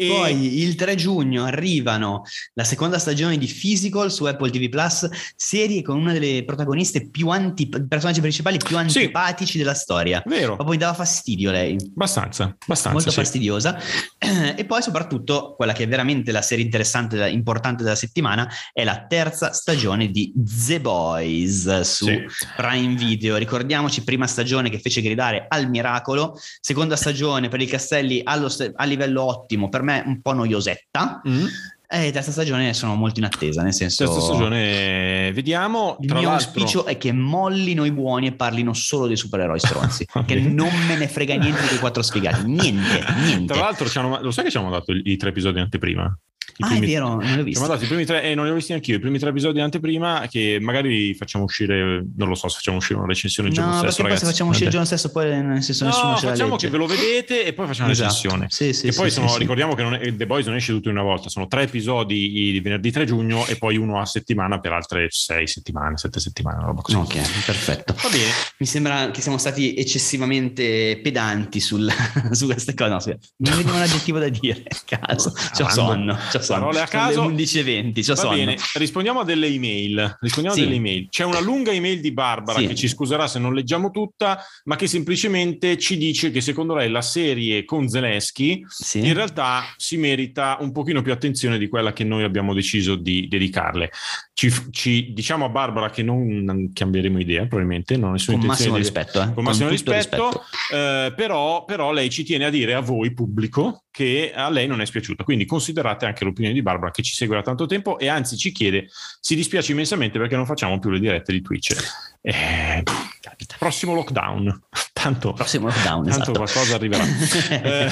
[SPEAKER 2] E... Poi il tre giugno arrivano la seconda stagione di Physical su Apple T V Plus, serie con una delle protagoniste più antip- personaggi principali più antipatici sì. della storia.
[SPEAKER 3] Vero.
[SPEAKER 2] Proprio mi dava fastidio lei.
[SPEAKER 3] Abbastanza, abbastanza.
[SPEAKER 2] Molto
[SPEAKER 3] sì.
[SPEAKER 2] fastidiosa. E poi soprattutto quella che è veramente la serie interessante, importante della settimana, è la terza stagione di The Boys su sì. Prime Video. Ricordiamoci, prima stagione che fece gridare al miracolo, seconda stagione per i Castelli allo st- a livello ottimo, per me un po' noiosetta. Mm. E terza stagione sono molto in attesa, nel senso...
[SPEAKER 3] Terza stagione, vediamo.
[SPEAKER 2] Il
[SPEAKER 3] tra
[SPEAKER 2] mio
[SPEAKER 3] l'altro...
[SPEAKER 2] auspicio è che mollino i buoni e parlino solo dei supereroi stronzi, che non me ne frega niente dei quattro sfigati, niente, niente.
[SPEAKER 3] Tra l'altro, lo sai che ci hanno dato i tre episodi in anteprima? I
[SPEAKER 2] ah
[SPEAKER 3] primi,
[SPEAKER 2] è vero, non li ho visti.
[SPEAKER 3] Siamo andati i primi tre e non li ho visti anch'io. I primi tre episodi in anteprima, che magari facciamo uscire, non lo so se facciamo uscire una recensione il
[SPEAKER 2] no,
[SPEAKER 3] giorno stesso.
[SPEAKER 2] No, perché
[SPEAKER 3] ragazzi.
[SPEAKER 2] poi se facciamo uscire il giorno stesso, poi nel senso
[SPEAKER 3] no,
[SPEAKER 2] nessuno ce la legge.
[SPEAKER 3] facciamo che ve lo vedete e poi facciamo
[SPEAKER 2] esatto.
[SPEAKER 3] la recensione.
[SPEAKER 2] Sì, sì,
[SPEAKER 3] che
[SPEAKER 2] sì,
[SPEAKER 3] poi
[SPEAKER 2] sì,
[SPEAKER 3] sono,
[SPEAKER 2] sì.
[SPEAKER 3] ricordiamo che non è, The Boys non esce tutto in una volta, sono tre episodi di venerdì tre giugno e poi uno a settimana per altre sei settimane, sette settimane, una roba così.
[SPEAKER 2] Ok, perfetto.
[SPEAKER 3] Va bene.
[SPEAKER 2] Mi sembra che siamo stati eccessivamente pedanti sul, su queste cose. No, non mi veniva un aggettivo da dire. Caso. C'ho sonno. C'ho sonno.
[SPEAKER 3] Parole a caso.
[SPEAKER 2] undici e venti, c'ho
[SPEAKER 3] Va
[SPEAKER 2] sonno.
[SPEAKER 3] bene, rispondiamo a delle email. Rispondiamo
[SPEAKER 2] sì.
[SPEAKER 3] a delle email. C'è una lunga email di Barbara sì. che ci scuserà se non leggiamo tutta, ma che semplicemente ci dice che secondo lei la serie con Zelensky sì. in realtà si merita un pochino più attenzione di quella che noi abbiamo deciso di dedicarle. Ci, ci diciamo a Barbara che non cambieremo idea, probabilmente, non ho nessuna
[SPEAKER 2] con
[SPEAKER 3] intenzione
[SPEAKER 2] massimo
[SPEAKER 3] di...
[SPEAKER 2] rispetto, eh?
[SPEAKER 3] con massimo
[SPEAKER 2] con
[SPEAKER 3] rispetto,
[SPEAKER 2] rispetto.
[SPEAKER 3] Eh, però, però lei ci tiene a dire a voi pubblico che a lei non è spiaciuta, quindi considerate anche l'opinione di Barbara che ci segue da tanto tempo e anzi ci chiede, si dispiace immensamente perché non facciamo più le dirette di Twitch. Eh, prossimo lockdown, tanto,
[SPEAKER 2] prossimo lockdown,
[SPEAKER 3] tanto
[SPEAKER 2] esatto.
[SPEAKER 3] qualcosa arriverà. eh.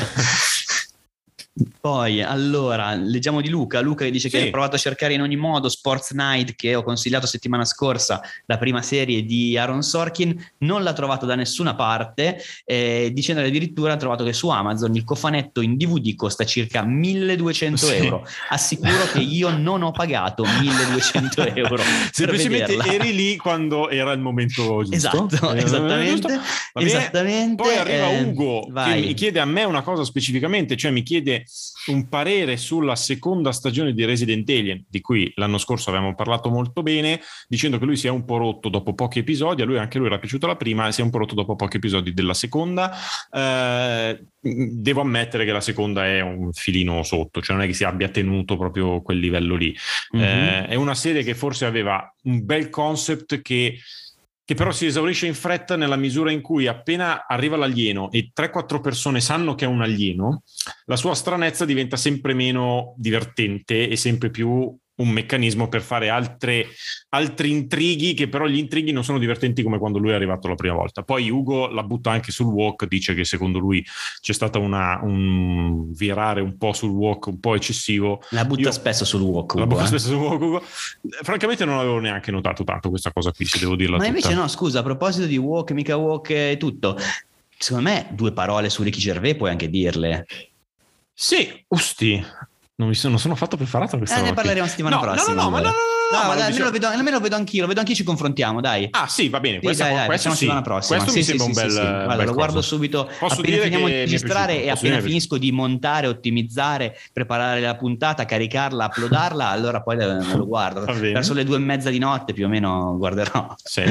[SPEAKER 2] Poi allora leggiamo di Luca Luca che dice sì. che ha provato a cercare in ogni modo Sports Night, che ho consigliato settimana scorsa, la prima serie di Aaron Sorkin, non l'ha trovato da nessuna parte, eh, dicendo addirittura ha trovato che su Amazon il cofanetto in D V D costa circa milleduecento sì. euro. Assicuro che io non ho pagato milleduecento euro
[SPEAKER 3] semplicemente eri lì quando era il momento giusto.
[SPEAKER 2] Esatto,
[SPEAKER 3] era
[SPEAKER 2] esattamente, esattamente.
[SPEAKER 3] Poi arriva
[SPEAKER 2] eh,
[SPEAKER 3] Ugo
[SPEAKER 2] vai.
[SPEAKER 3] che mi chiede a me una cosa specificamente, cioè mi chiede un parere sulla seconda stagione di Resident Alien, di cui l'anno scorso avevamo parlato molto bene, dicendo che lui si è un po' rotto dopo pochi episodi, a lui anche lui era piaciuta la prima e si è un po' rotto dopo pochi episodi della seconda. Eh, devo ammettere che la seconda è un filino sotto, cioè non è che si abbia tenuto proprio quel livello lì. Mm-hmm. Eh, è una serie che forse aveva un bel concept che che però si esaurisce in fretta nella misura in cui appena arriva l'alieno e tre quattro persone sanno che è un alieno, la sua stranezza diventa sempre meno divertente e sempre più un meccanismo per fare altre, altri intrighi, che però gli intrighi non sono divertenti come quando lui è arrivato la prima volta. Poi Ugo la butta anche sul walk, dice che secondo lui c'è stata una, un virare un po' sul walk un po' eccessivo.
[SPEAKER 2] La butta
[SPEAKER 3] Io,
[SPEAKER 2] spesso sul walk Ugo,
[SPEAKER 3] la butta
[SPEAKER 2] eh.
[SPEAKER 3] spesso sul walk Ugo. Francamente non avevo neanche notato tanto questa cosa qui, se devo dirla
[SPEAKER 2] ma
[SPEAKER 3] tutta.
[SPEAKER 2] Invece no, scusa, a proposito di walk, mica walk e tutto, secondo me due parole su Ricky Gervais puoi anche dirle.
[SPEAKER 3] Sì, usti, non mi sono, non sono fatto preparato a questa
[SPEAKER 2] eh,
[SPEAKER 3] roba
[SPEAKER 2] ne parleremo
[SPEAKER 3] qui.
[SPEAKER 2] settimana
[SPEAKER 3] no,
[SPEAKER 2] prossima.
[SPEAKER 3] No, no, no, ma no, no, no,
[SPEAKER 2] No,
[SPEAKER 3] no,
[SPEAKER 2] ma
[SPEAKER 3] ma
[SPEAKER 2] dai,
[SPEAKER 3] diciamo...
[SPEAKER 2] almeno, lo vedo, almeno lo vedo anch'io, lo vedo anch'io, ci confrontiamo, dai.
[SPEAKER 3] Ah sì, va bene,
[SPEAKER 2] sì,
[SPEAKER 3] questa,
[SPEAKER 2] dai, dai,
[SPEAKER 3] questo sì,
[SPEAKER 2] la prossima.
[SPEAKER 3] questo
[SPEAKER 2] sì,
[SPEAKER 3] mi
[SPEAKER 2] sì,
[SPEAKER 3] sembra
[SPEAKER 2] sì,
[SPEAKER 3] un
[SPEAKER 2] sì,
[SPEAKER 3] bel,
[SPEAKER 2] sì. Guarda,
[SPEAKER 3] bel
[SPEAKER 2] lo guardo
[SPEAKER 3] coso.
[SPEAKER 2] subito,
[SPEAKER 3] Posso
[SPEAKER 2] appena
[SPEAKER 3] dire
[SPEAKER 2] finiamo di
[SPEAKER 3] che
[SPEAKER 2] registrare e appena
[SPEAKER 3] dire
[SPEAKER 2] finisco di montare, ottimizzare, preparare la puntata, caricarla, uploadarla, allora poi me lo guardo. Verso le due e mezza di notte più o meno guarderò.
[SPEAKER 3] Sì.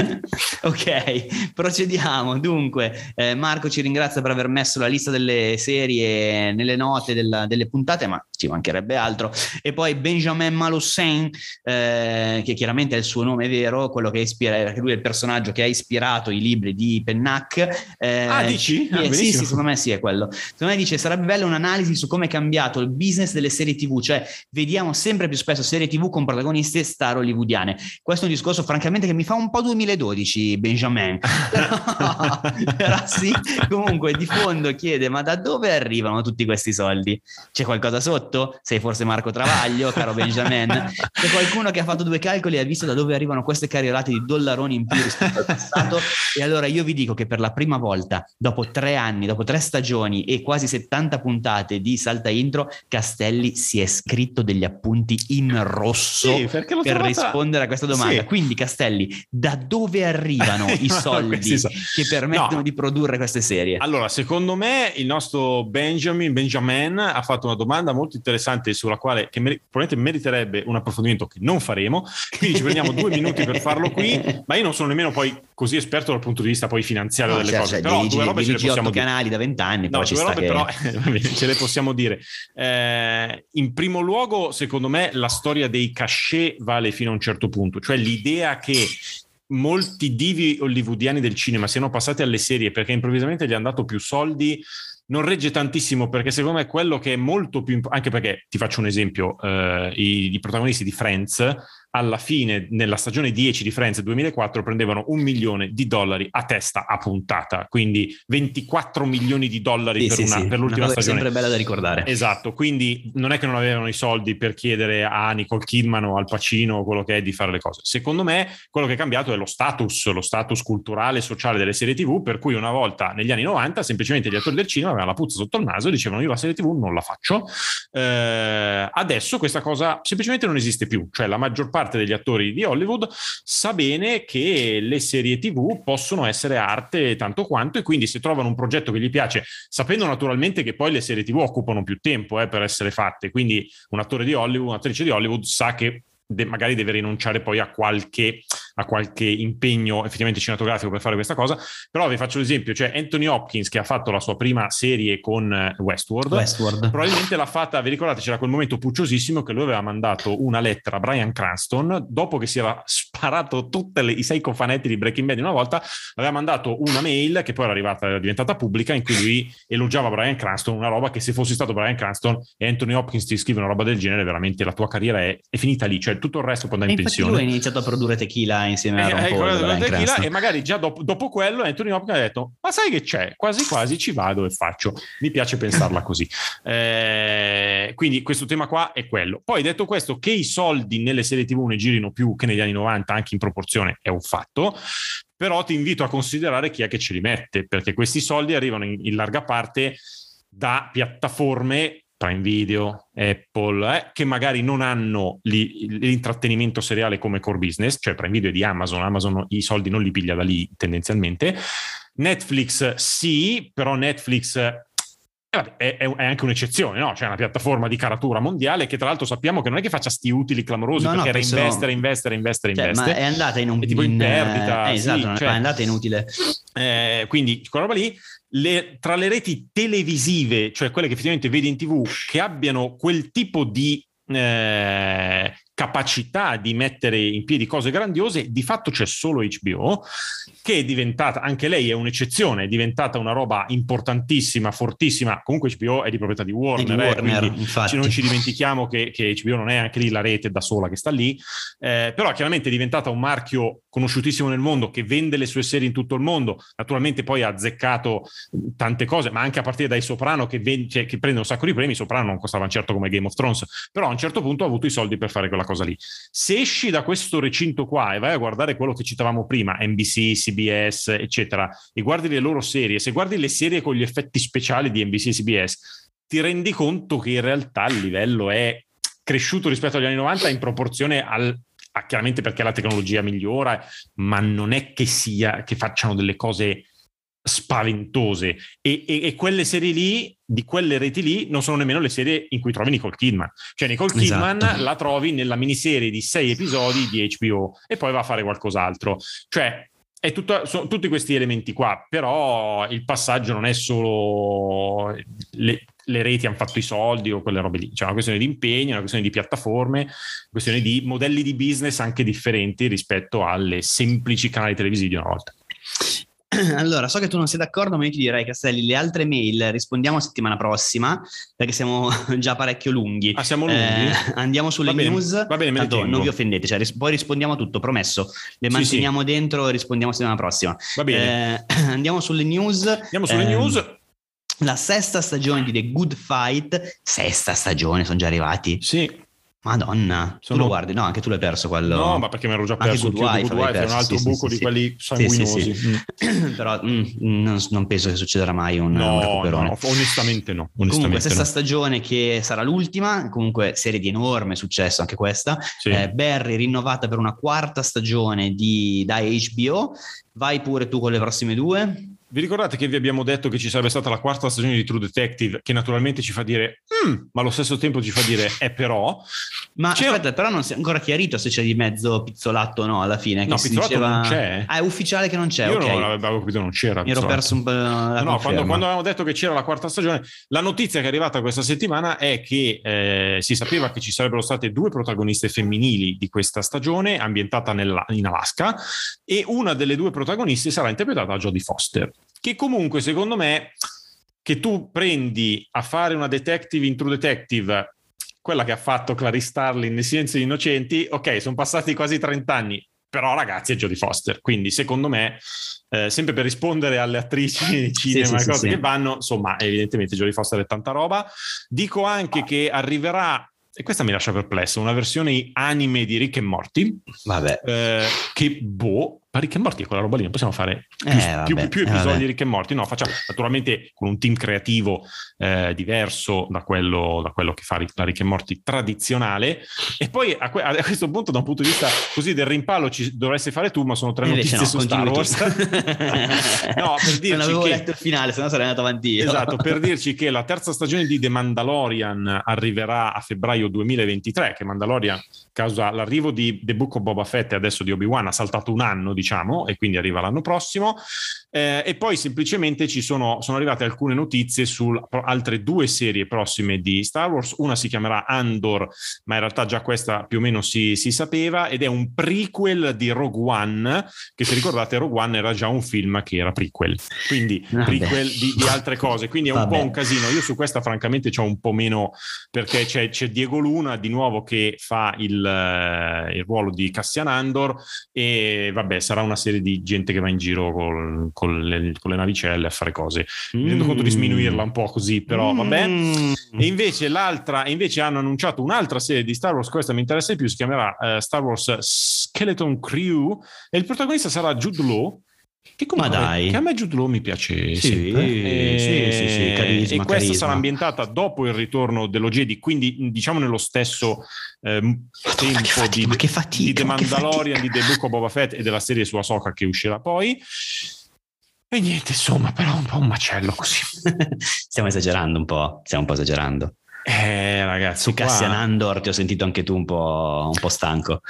[SPEAKER 2] Ok, procediamo. Dunque, eh, Marco ci ringrazia per aver messo la lista delle serie nelle note della, delle puntate, ma ci mancherebbe altro. E poi Benjamin Malossin, eh, che chiaramente è il suo nome vero, quello che ispira, perché lui è il personaggio che ha ispirato i libri di Pennac. Eh,
[SPEAKER 3] ah, dici? Ah,
[SPEAKER 2] sì, sì, sì, secondo me sì, è quello. Secondo me dice, sarebbe bella un'analisi su come è cambiato il business delle serie tivù, cioè vediamo sempre più spesso serie tivù con protagoniste star hollywoodiane. Questo è un discorso francamente che mi fa un po' duemiladodici, Benjamin. però, però sì, comunque di fondo chiede, ma da dove arrivano tutti questi soldi? C'è qualcosa sotto? Sei forse Marco Travaglio, caro Benjamin? C'è qualcuno che ha fatto fatto due calcoli e ha visto da dove arrivano queste cariolate di dollaroni in più rispetto al passato. E allora io vi dico che per la prima volta, dopo tre anni, dopo tre stagioni e quasi settanta puntate di Salta Intro, Castelli si è scritto degli appunti in rosso
[SPEAKER 3] sì, per
[SPEAKER 2] trovata... rispondere a questa domanda. Sì. Quindi Castelli, da dove arrivano i soldi so. che permettono no. di produrre queste serie?
[SPEAKER 3] Allora, secondo me il nostro Benjamin Benjamin ha fatto una domanda molto interessante sulla quale che mer- probabilmente meriterebbe un approfondimento che non faremo, quindi ci prendiamo due minuti per farlo qui, ma io non sono nemmeno poi così esperto dal punto di vista poi finanziario no, delle cioè, cose, cioè, però dirigi, due robe ce le possiamo dire.
[SPEAKER 2] Canali da vent'anni,
[SPEAKER 3] no,
[SPEAKER 2] ci
[SPEAKER 3] due
[SPEAKER 2] sta
[SPEAKER 3] robe
[SPEAKER 2] che...
[SPEAKER 3] però ce le possiamo dire. Eh, in primo luogo, secondo me, la storia dei cachet vale fino a un certo punto, cioè l'idea che molti divi hollywoodiani del cinema siano passati alle serie perché improvvisamente gli hanno dato più soldi non regge tantissimo, perché secondo me quello che è molto più imp- anche perché ti faccio un esempio, eh, i, i protagonisti di Friends alla fine nella stagione dieci di Friends duemilaquattro prendevano un milione di dollari a testa a puntata, quindi ventiquattro milioni di dollari
[SPEAKER 2] sì,
[SPEAKER 3] per,
[SPEAKER 2] sì,
[SPEAKER 3] una,
[SPEAKER 2] sì.
[SPEAKER 3] per l'ultima
[SPEAKER 2] una
[SPEAKER 3] stagione.
[SPEAKER 2] È sempre bella da ricordare.
[SPEAKER 3] Esatto, quindi non è che non avevano i soldi per chiedere a Nicole Kidman o Al Pacino o quello che è di fare le cose. Secondo me quello che è cambiato è lo status, lo status culturale e sociale delle serie tivù, per cui una volta negli anni novanta semplicemente gli attori del cinema avevano la puzza sotto il naso e dicevano io la serie tivù non la faccio. Eh, adesso questa cosa semplicemente non esiste più, cioè la maggior parte degli attori di Hollywood sa bene che le serie tivù possono essere arte tanto quanto, e quindi se trovano un progetto che gli piace, sapendo naturalmente che poi le serie tivù occupano più tempo eh, per essere fatte, quindi un attore di Hollywood, un'attrice di Hollywood sa che de- magari deve rinunciare poi a qualche a qualche impegno effettivamente cinematografico per fare questa cosa. Però vi faccio l'esempio, cioè Anthony Hopkins, che ha fatto la sua prima serie con Westworld,
[SPEAKER 2] Westworld.
[SPEAKER 3] probabilmente l'ha fatta, vi ricordate, c'era quel momento pucciosissimo che lui aveva mandato una lettera a Bryan Cranston dopo che si era sparato tutti i sei cofanetti di Breaking Bad in una volta, aveva mandato una mail che poi era arrivata, era diventata pubblica, in cui lui elogiava Bryan Cranston, una roba che se fossi stato Bryan Cranston e Anthony Hopkins ti scrive una roba del genere, veramente la tua carriera è, è finita lì, cioè tutto il resto può andare in pensione.
[SPEAKER 2] Lui ha iniziato a produrre Tequila insieme a Ron
[SPEAKER 3] eh,
[SPEAKER 2] Paul,
[SPEAKER 3] tequila, e magari già dopo, dopo quello Anthony Hopkins ha detto ma sai che c'è, quasi quasi ci vado e faccio, mi piace pensarla così. Eh, quindi questo tema qua è quello. Poi detto questo, che i soldi nelle serie tivù ne girino più che negli anni novanta anche in proporzione è un fatto, però ti invito a considerare chi è che ce li mette, perché questi soldi arrivano in, in larga parte da piattaforme Prime Video, Apple, eh, che magari non hanno li, l'intrattenimento seriale come core business, cioè Prime Video è di Amazon, Amazon i soldi non li piglia da lì tendenzialmente. Netflix sì, però Netflix eh, vabbè, è, è anche un'eccezione, no? C'è una piattaforma di caratura mondiale che tra l'altro sappiamo che non è che faccia sti utili clamorosi, no, perché no, reinveste, reinveste, reinveste,
[SPEAKER 2] cioè,
[SPEAKER 3] reinveste.
[SPEAKER 2] Ma è andata in un...
[SPEAKER 3] È tipo in, in perdita.
[SPEAKER 2] Eh, esatto,
[SPEAKER 3] sì,
[SPEAKER 2] cioè,
[SPEAKER 3] cioè,
[SPEAKER 2] è andata inutile.
[SPEAKER 3] Eh, quindi quella roba lì, le, tra le reti televisive, cioè quelle che effettivamente vedi in tivù, che abbiano quel tipo di eh, capacità di mettere in piedi cose grandiose, di fatto c'è solo H B O, che è diventata, anche lei è un'eccezione, è diventata una roba importantissima, fortissima. Comunque H B O è di proprietà di Warner,
[SPEAKER 2] di
[SPEAKER 3] eh,
[SPEAKER 2] Warner
[SPEAKER 3] quindi
[SPEAKER 2] infatti.
[SPEAKER 3] Non ci dimentichiamo che, che H B O non è anche lì la rete da sola che sta lì, eh, però chiaramente è diventata un marchio conosciutissimo nel mondo, che vende le sue serie in tutto il mondo. Naturalmente poi ha azzeccato tante cose, ma anche a partire dai Soprano, che, ven- cioè, che prende un sacco di premi. Soprano non costavano certo come Game of Thrones, però a un certo punto ha avuto i soldi per fare quella cosa lì. Se esci da questo recinto qua e vai a guardare quello che citavamo prima, N B C, C B S eccetera, e guardi le loro serie, se guardi le serie con gli effetti speciali di N B C e C B S, ti rendi conto che in realtà il livello è cresciuto rispetto agli anni novanta in proporzione al a, chiaramente perché la tecnologia migliora, ma non è che sia che facciano delle cose spaventose, e, e, e quelle serie lì, di quelle reti lì, non sono nemmeno le serie in cui trovi Nicole Kidman. Cioè Nicole Kidman esatto. la trovi nella miniserie di sei episodi di H B O e poi va a fare qualcos'altro. Cioè è tutto, sono tutti questi elementi qua, però il passaggio non è solo le, le reti hanno fatto i soldi o quelle robe lì, c'è una questione di impegno, una questione di piattaforme, una questione di modelli di business anche differenti rispetto alle semplici canali televisivi di una volta.
[SPEAKER 2] Allora, so che tu non sei d'accordo, ma io ti direi, Castelli, le altre mail rispondiamo settimana prossima, perché siamo già parecchio lunghi.
[SPEAKER 3] Ah, siamo lunghi?
[SPEAKER 2] Eh, andiamo sulle
[SPEAKER 3] va bene,
[SPEAKER 2] news.
[SPEAKER 3] Va bene, me
[SPEAKER 2] tanto non vi offendete, cioè, ris- poi rispondiamo a tutto, promesso. Le manteniamo sì, sì. dentro e rispondiamo settimana prossima.
[SPEAKER 3] Va bene.
[SPEAKER 2] Eh, andiamo sulle news.
[SPEAKER 3] Andiamo sulle eh, news.
[SPEAKER 2] La sesta stagione di The Good Fight, sesta stagione, sono già arrivati.
[SPEAKER 3] Sì.
[SPEAKER 2] Madonna,
[SPEAKER 3] Sono...
[SPEAKER 2] tu lo guardi? No, anche tu l'hai perso quello.
[SPEAKER 3] No, ma perché mi ero già perso il Good Wife, è un altro
[SPEAKER 2] sì,
[SPEAKER 3] buco
[SPEAKER 2] sì,
[SPEAKER 3] di
[SPEAKER 2] sì,
[SPEAKER 3] quelli
[SPEAKER 2] sì.
[SPEAKER 3] sanguinosi.
[SPEAKER 2] Sì, sì, sì. Mm. Però mm, non, non penso che succederà mai un,
[SPEAKER 3] no,
[SPEAKER 2] un recuperone.
[SPEAKER 3] No, onestamente no. Onestamente
[SPEAKER 2] comunque sesta
[SPEAKER 3] no.
[SPEAKER 2] stagione che sarà l'ultima, comunque serie di enorme successo anche questa.
[SPEAKER 3] Sì.
[SPEAKER 2] Eh, Barry rinnovata per una quarta stagione di, da H B O. Vai pure tu con le prossime due.
[SPEAKER 3] Vi ricordate che vi abbiamo detto che ci sarebbe stata la quarta stagione di True Detective, che naturalmente ci fa dire mm, ma allo stesso tempo ci fa dire eh però
[SPEAKER 2] ma
[SPEAKER 3] c'è...
[SPEAKER 2] aspetta, però non si è ancora chiarito se c'è di mezzo Pizzolatto o no alla fine.
[SPEAKER 3] No,
[SPEAKER 2] che
[SPEAKER 3] Pizzolatto
[SPEAKER 2] diceva...
[SPEAKER 3] non c'è.
[SPEAKER 2] Ah, è ufficiale che non c'è.
[SPEAKER 3] Io
[SPEAKER 2] ok.
[SPEAKER 3] non avevo capito, non c'era.
[SPEAKER 2] Mi ero perso un po' la
[SPEAKER 3] no, no, quando, quando avevamo detto che c'era la quarta stagione, la notizia che è arrivata questa settimana è che eh, si sapeva che ci sarebbero state due protagoniste femminili di questa stagione ambientata nella, in Alaska, e una delle due protagoniste sarà interpretata da Jodie Foster, che comunque secondo me, che tu prendi a fare una detective in True Detective, quella che ha fatto Clarice Starling nei Silenzi Innocenti, ok, sono passati quasi trenta anni, però ragazzi è Jodie Foster, quindi secondo me eh, sempre per rispondere alle attrici di cinema e
[SPEAKER 2] sì, sì,
[SPEAKER 3] cose
[SPEAKER 2] sì,
[SPEAKER 3] che
[SPEAKER 2] sì.
[SPEAKER 3] vanno, insomma evidentemente Jodie Foster è tanta roba. Dico anche che arriverà, e questa mi lascia perplesso, una versione anime di Rick e Morty.
[SPEAKER 2] Vabbè.
[SPEAKER 3] Eh, che boh, ma Rick e Morty è quella roba lì, non possiamo fare più,
[SPEAKER 2] Eh, vabbè,
[SPEAKER 3] più, più, più
[SPEAKER 2] eh,
[SPEAKER 3] episodi
[SPEAKER 2] vabbè.
[SPEAKER 3] di Rick e Morty, no, facciamo naturalmente con un team creativo eh, diverso da quello, da quello che fa la Rick e Morty tradizionale. E poi a, que- a questo punto, da un punto di vista così del rimpallo, ci dovresti fare tu, ma sono tre
[SPEAKER 2] Invece
[SPEAKER 3] notizie
[SPEAKER 2] no,
[SPEAKER 3] su Star
[SPEAKER 2] continui tu.
[SPEAKER 3] Wars. No, per dirci
[SPEAKER 2] non avevo
[SPEAKER 3] che...
[SPEAKER 2] letto il finale, se no sarei andato avanti io.
[SPEAKER 3] Esatto, per dirci che la terza stagione di The Mandalorian arriverà a febbraio duemilaventitré, che Mandalorian, causa l'arrivo di The Book of Boba Fett e adesso di Obi-Wan, ha saltato un anno, diciamo, e quindi arriva l'anno prossimo. Eh, e poi semplicemente ci sono, sono arrivate alcune notizie su altre due serie prossime di Star Wars. Una si chiamerà Andor, ma in realtà già questa più o meno si, si sapeva, ed è un prequel di Rogue One, che se ricordate Rogue One era già un film che era prequel, quindi
[SPEAKER 2] Vabbè.
[SPEAKER 3] prequel di, di altre cose, quindi è un
[SPEAKER 2] Vabbè.
[SPEAKER 3] po' un casino. Io su questa francamente c'ho un po' meno, perché c'è, c'è Diego Luna di nuovo che fa il, eh, il ruolo di Cassian Andor, e vabbè, sarà una serie di gente che va in giro col, con, le, con le navicelle a fare cose. Mi
[SPEAKER 2] Mm.
[SPEAKER 3] rendo conto di sminuirla un po' così, però vabbè.
[SPEAKER 2] Mm.
[SPEAKER 3] E invece l'altra, e invece hanno annunciato un'altra serie di Star Wars, questa mi interessa di più, si chiamerà uh, Star Wars Skeleton Crew, e il protagonista sarà Jude Law, che comunque
[SPEAKER 2] Ma dai.
[SPEAKER 3] che a me Jude Law mi piace
[SPEAKER 2] Sì,
[SPEAKER 3] sempre. E,
[SPEAKER 2] sì, sì, sì, carisma,
[SPEAKER 3] e questa
[SPEAKER 2] carisma.
[SPEAKER 3] sarà ambientata dopo il ritorno dello Jedi, quindi diciamo nello stesso ehm, tempo
[SPEAKER 2] che fatica,
[SPEAKER 3] di,
[SPEAKER 2] ma che fatica,
[SPEAKER 3] di The
[SPEAKER 2] ma che
[SPEAKER 3] Mandalorian,
[SPEAKER 2] fatica.
[SPEAKER 3] di The Book of Boba Fett e della serie su Ahsoka che uscirà poi. E niente, insomma, però un po' un macello così.
[SPEAKER 2] Stiamo esagerando un po', stiamo un po' esagerando.
[SPEAKER 3] Eh, ragazzi,
[SPEAKER 2] Su
[SPEAKER 3] qua...
[SPEAKER 2] Cassian Andor ti ho sentito anche tu un po', un po' stanco.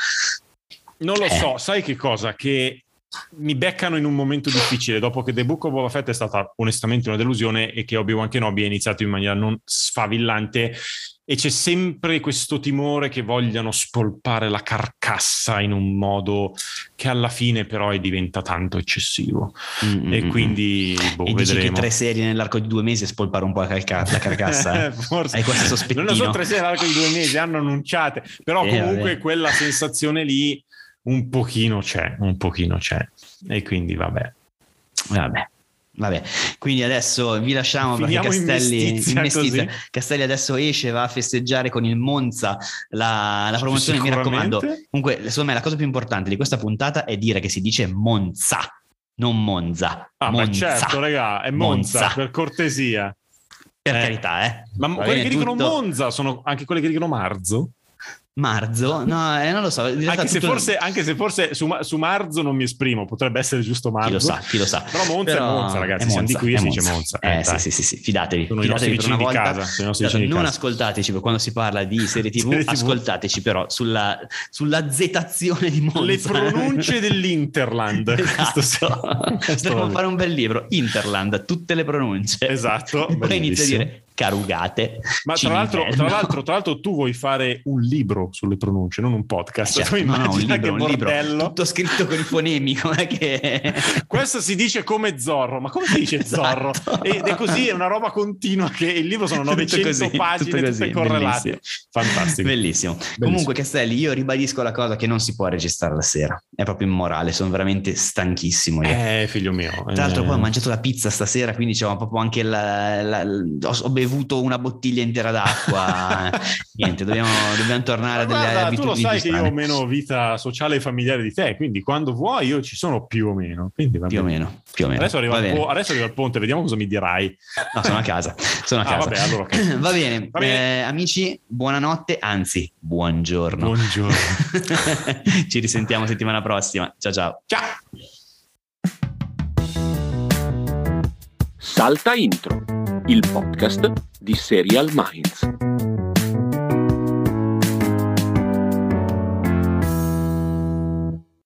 [SPEAKER 3] Non lo
[SPEAKER 2] Eh.
[SPEAKER 3] so, sai che cosa? Che mi beccano in un momento difficile, dopo che The Book of Boba Fett è stata onestamente una delusione e che Obi-Wan Kenobi è iniziato in maniera non sfavillante, e c'è sempre questo timore che vogliano spolpare la carcassa in un modo che alla fine però diventa tanto eccessivo. Mm-hmm. E quindi boh,
[SPEAKER 2] e dici
[SPEAKER 3] vedremo.
[SPEAKER 2] Che tre serie nell'arco di due mesi spolpare un po' la, calca- la carcassa? Eh?
[SPEAKER 3] Forse.
[SPEAKER 2] Hai questo sospettino?
[SPEAKER 3] Non sono tre serie nell'arco di due mesi, hanno annunciate, però
[SPEAKER 2] eh,
[SPEAKER 3] comunque
[SPEAKER 2] vabbè.
[SPEAKER 3] quella sensazione lì un pochino c'è, un pochino c'è. E quindi vabbè.
[SPEAKER 2] Vabbè. Vabbè, quindi adesso vi lasciamo.
[SPEAKER 3] Finiamo
[SPEAKER 2] perché Castelli,
[SPEAKER 3] in mestizia,
[SPEAKER 2] in mestizia.
[SPEAKER 3] così.
[SPEAKER 2] Castelli adesso esce, va a festeggiare con il Monza la, la promozione. Mi raccomando, comunque secondo me la cosa più importante di questa puntata è dire che si dice Monza, non Monza.
[SPEAKER 3] Ah,
[SPEAKER 2] Monza.
[SPEAKER 3] ma certo, raga, è Monza, Monza. Per cortesia.
[SPEAKER 2] Per
[SPEAKER 3] eh.
[SPEAKER 2] carità, eh.
[SPEAKER 3] Ma
[SPEAKER 2] Va
[SPEAKER 3] quelli che dicono
[SPEAKER 2] tutto...
[SPEAKER 3] Monza sono anche quelli che dicono Marzo?
[SPEAKER 2] Marzo? No, eh, non lo so.
[SPEAKER 3] Anche se,
[SPEAKER 2] tutto...
[SPEAKER 3] forse, anche se forse su, su Marzo non mi esprimo, potrebbe essere giusto Marzo.
[SPEAKER 2] Chi lo sa, chi lo sa.
[SPEAKER 3] Però Monza Però... è Monza, ragazzi. Monza, siamo di qui e si dice Monza.
[SPEAKER 2] Eh,
[SPEAKER 3] eh
[SPEAKER 2] sì, sì, sì, sì, fidatevi.
[SPEAKER 3] Sono
[SPEAKER 2] fidatevi
[SPEAKER 3] i nostri
[SPEAKER 2] per una
[SPEAKER 3] vicini
[SPEAKER 2] volta.
[SPEAKER 3] di casa. Sono i
[SPEAKER 2] Non
[SPEAKER 3] casa.
[SPEAKER 2] ascoltateci per quando si parla di serie tivù,
[SPEAKER 3] serie tivù.
[SPEAKER 2] Ascoltateci però sulla, sulla zetazione di Monza.
[SPEAKER 3] Le pronunce dell'Interland.
[SPEAKER 2] Esatto. Dovremmo fare un bel libro. Interland, tutte le pronunce.
[SPEAKER 3] Esatto.
[SPEAKER 2] E poi inizia a dire carugate.
[SPEAKER 3] Ma tra l'altro, tra, l'altro, tra l'altro tu vuoi fare un libro sulle pronunce, non un podcast.
[SPEAKER 2] Certo, no, no, un libro, un libro tutto scritto con i fonemi. Com'è che...
[SPEAKER 3] Questo si dice come Zorro, ma come si dice Zorro?
[SPEAKER 2] Esatto.
[SPEAKER 3] Ed è così, è una roba continua, che il libro sono novecento così, pagine, tutte così, correlate.
[SPEAKER 2] Bellissimo.
[SPEAKER 3] Fantastico.
[SPEAKER 2] Bellissimo.
[SPEAKER 3] Bellissimo.
[SPEAKER 2] Comunque Castelli, io ribadisco la cosa che non si può registrare la sera, è proprio immorale, sono veramente stanchissimo io.
[SPEAKER 3] Eh, figlio mio.
[SPEAKER 2] Tra l'altro
[SPEAKER 3] eh.
[SPEAKER 2] poi ho mangiato la pizza stasera, quindi c'ho proprio anche la, la, la, ho bevuto bevuto una bottiglia intera d'acqua. Niente, dobbiamo, dobbiamo tornare a delle
[SPEAKER 3] Guarda,
[SPEAKER 2] abitudini.
[SPEAKER 3] tu lo sai che
[SPEAKER 2] strane.
[SPEAKER 3] io ho meno vita sociale e familiare di te, quindi quando vuoi io ci sono più o meno. Quindi va
[SPEAKER 2] Più o
[SPEAKER 3] bene.
[SPEAKER 2] meno, più o meno.
[SPEAKER 3] Adesso arriva,
[SPEAKER 2] Va
[SPEAKER 3] il
[SPEAKER 2] bene.
[SPEAKER 3] po- adesso arriva il ponte, vediamo cosa mi dirai.
[SPEAKER 2] No, sono a casa. Sono a
[SPEAKER 3] Ah,
[SPEAKER 2] casa.
[SPEAKER 3] vabbè, allora, ok.
[SPEAKER 2] Va bene,
[SPEAKER 3] Va bene.
[SPEAKER 2] Eh, amici, buonanotte, anzi, buongiorno.
[SPEAKER 3] Buongiorno.
[SPEAKER 2] Ci risentiamo settimana prossima. Ciao ciao.
[SPEAKER 3] Ciao.
[SPEAKER 1] Salta Intro, il podcast di Serial Minds.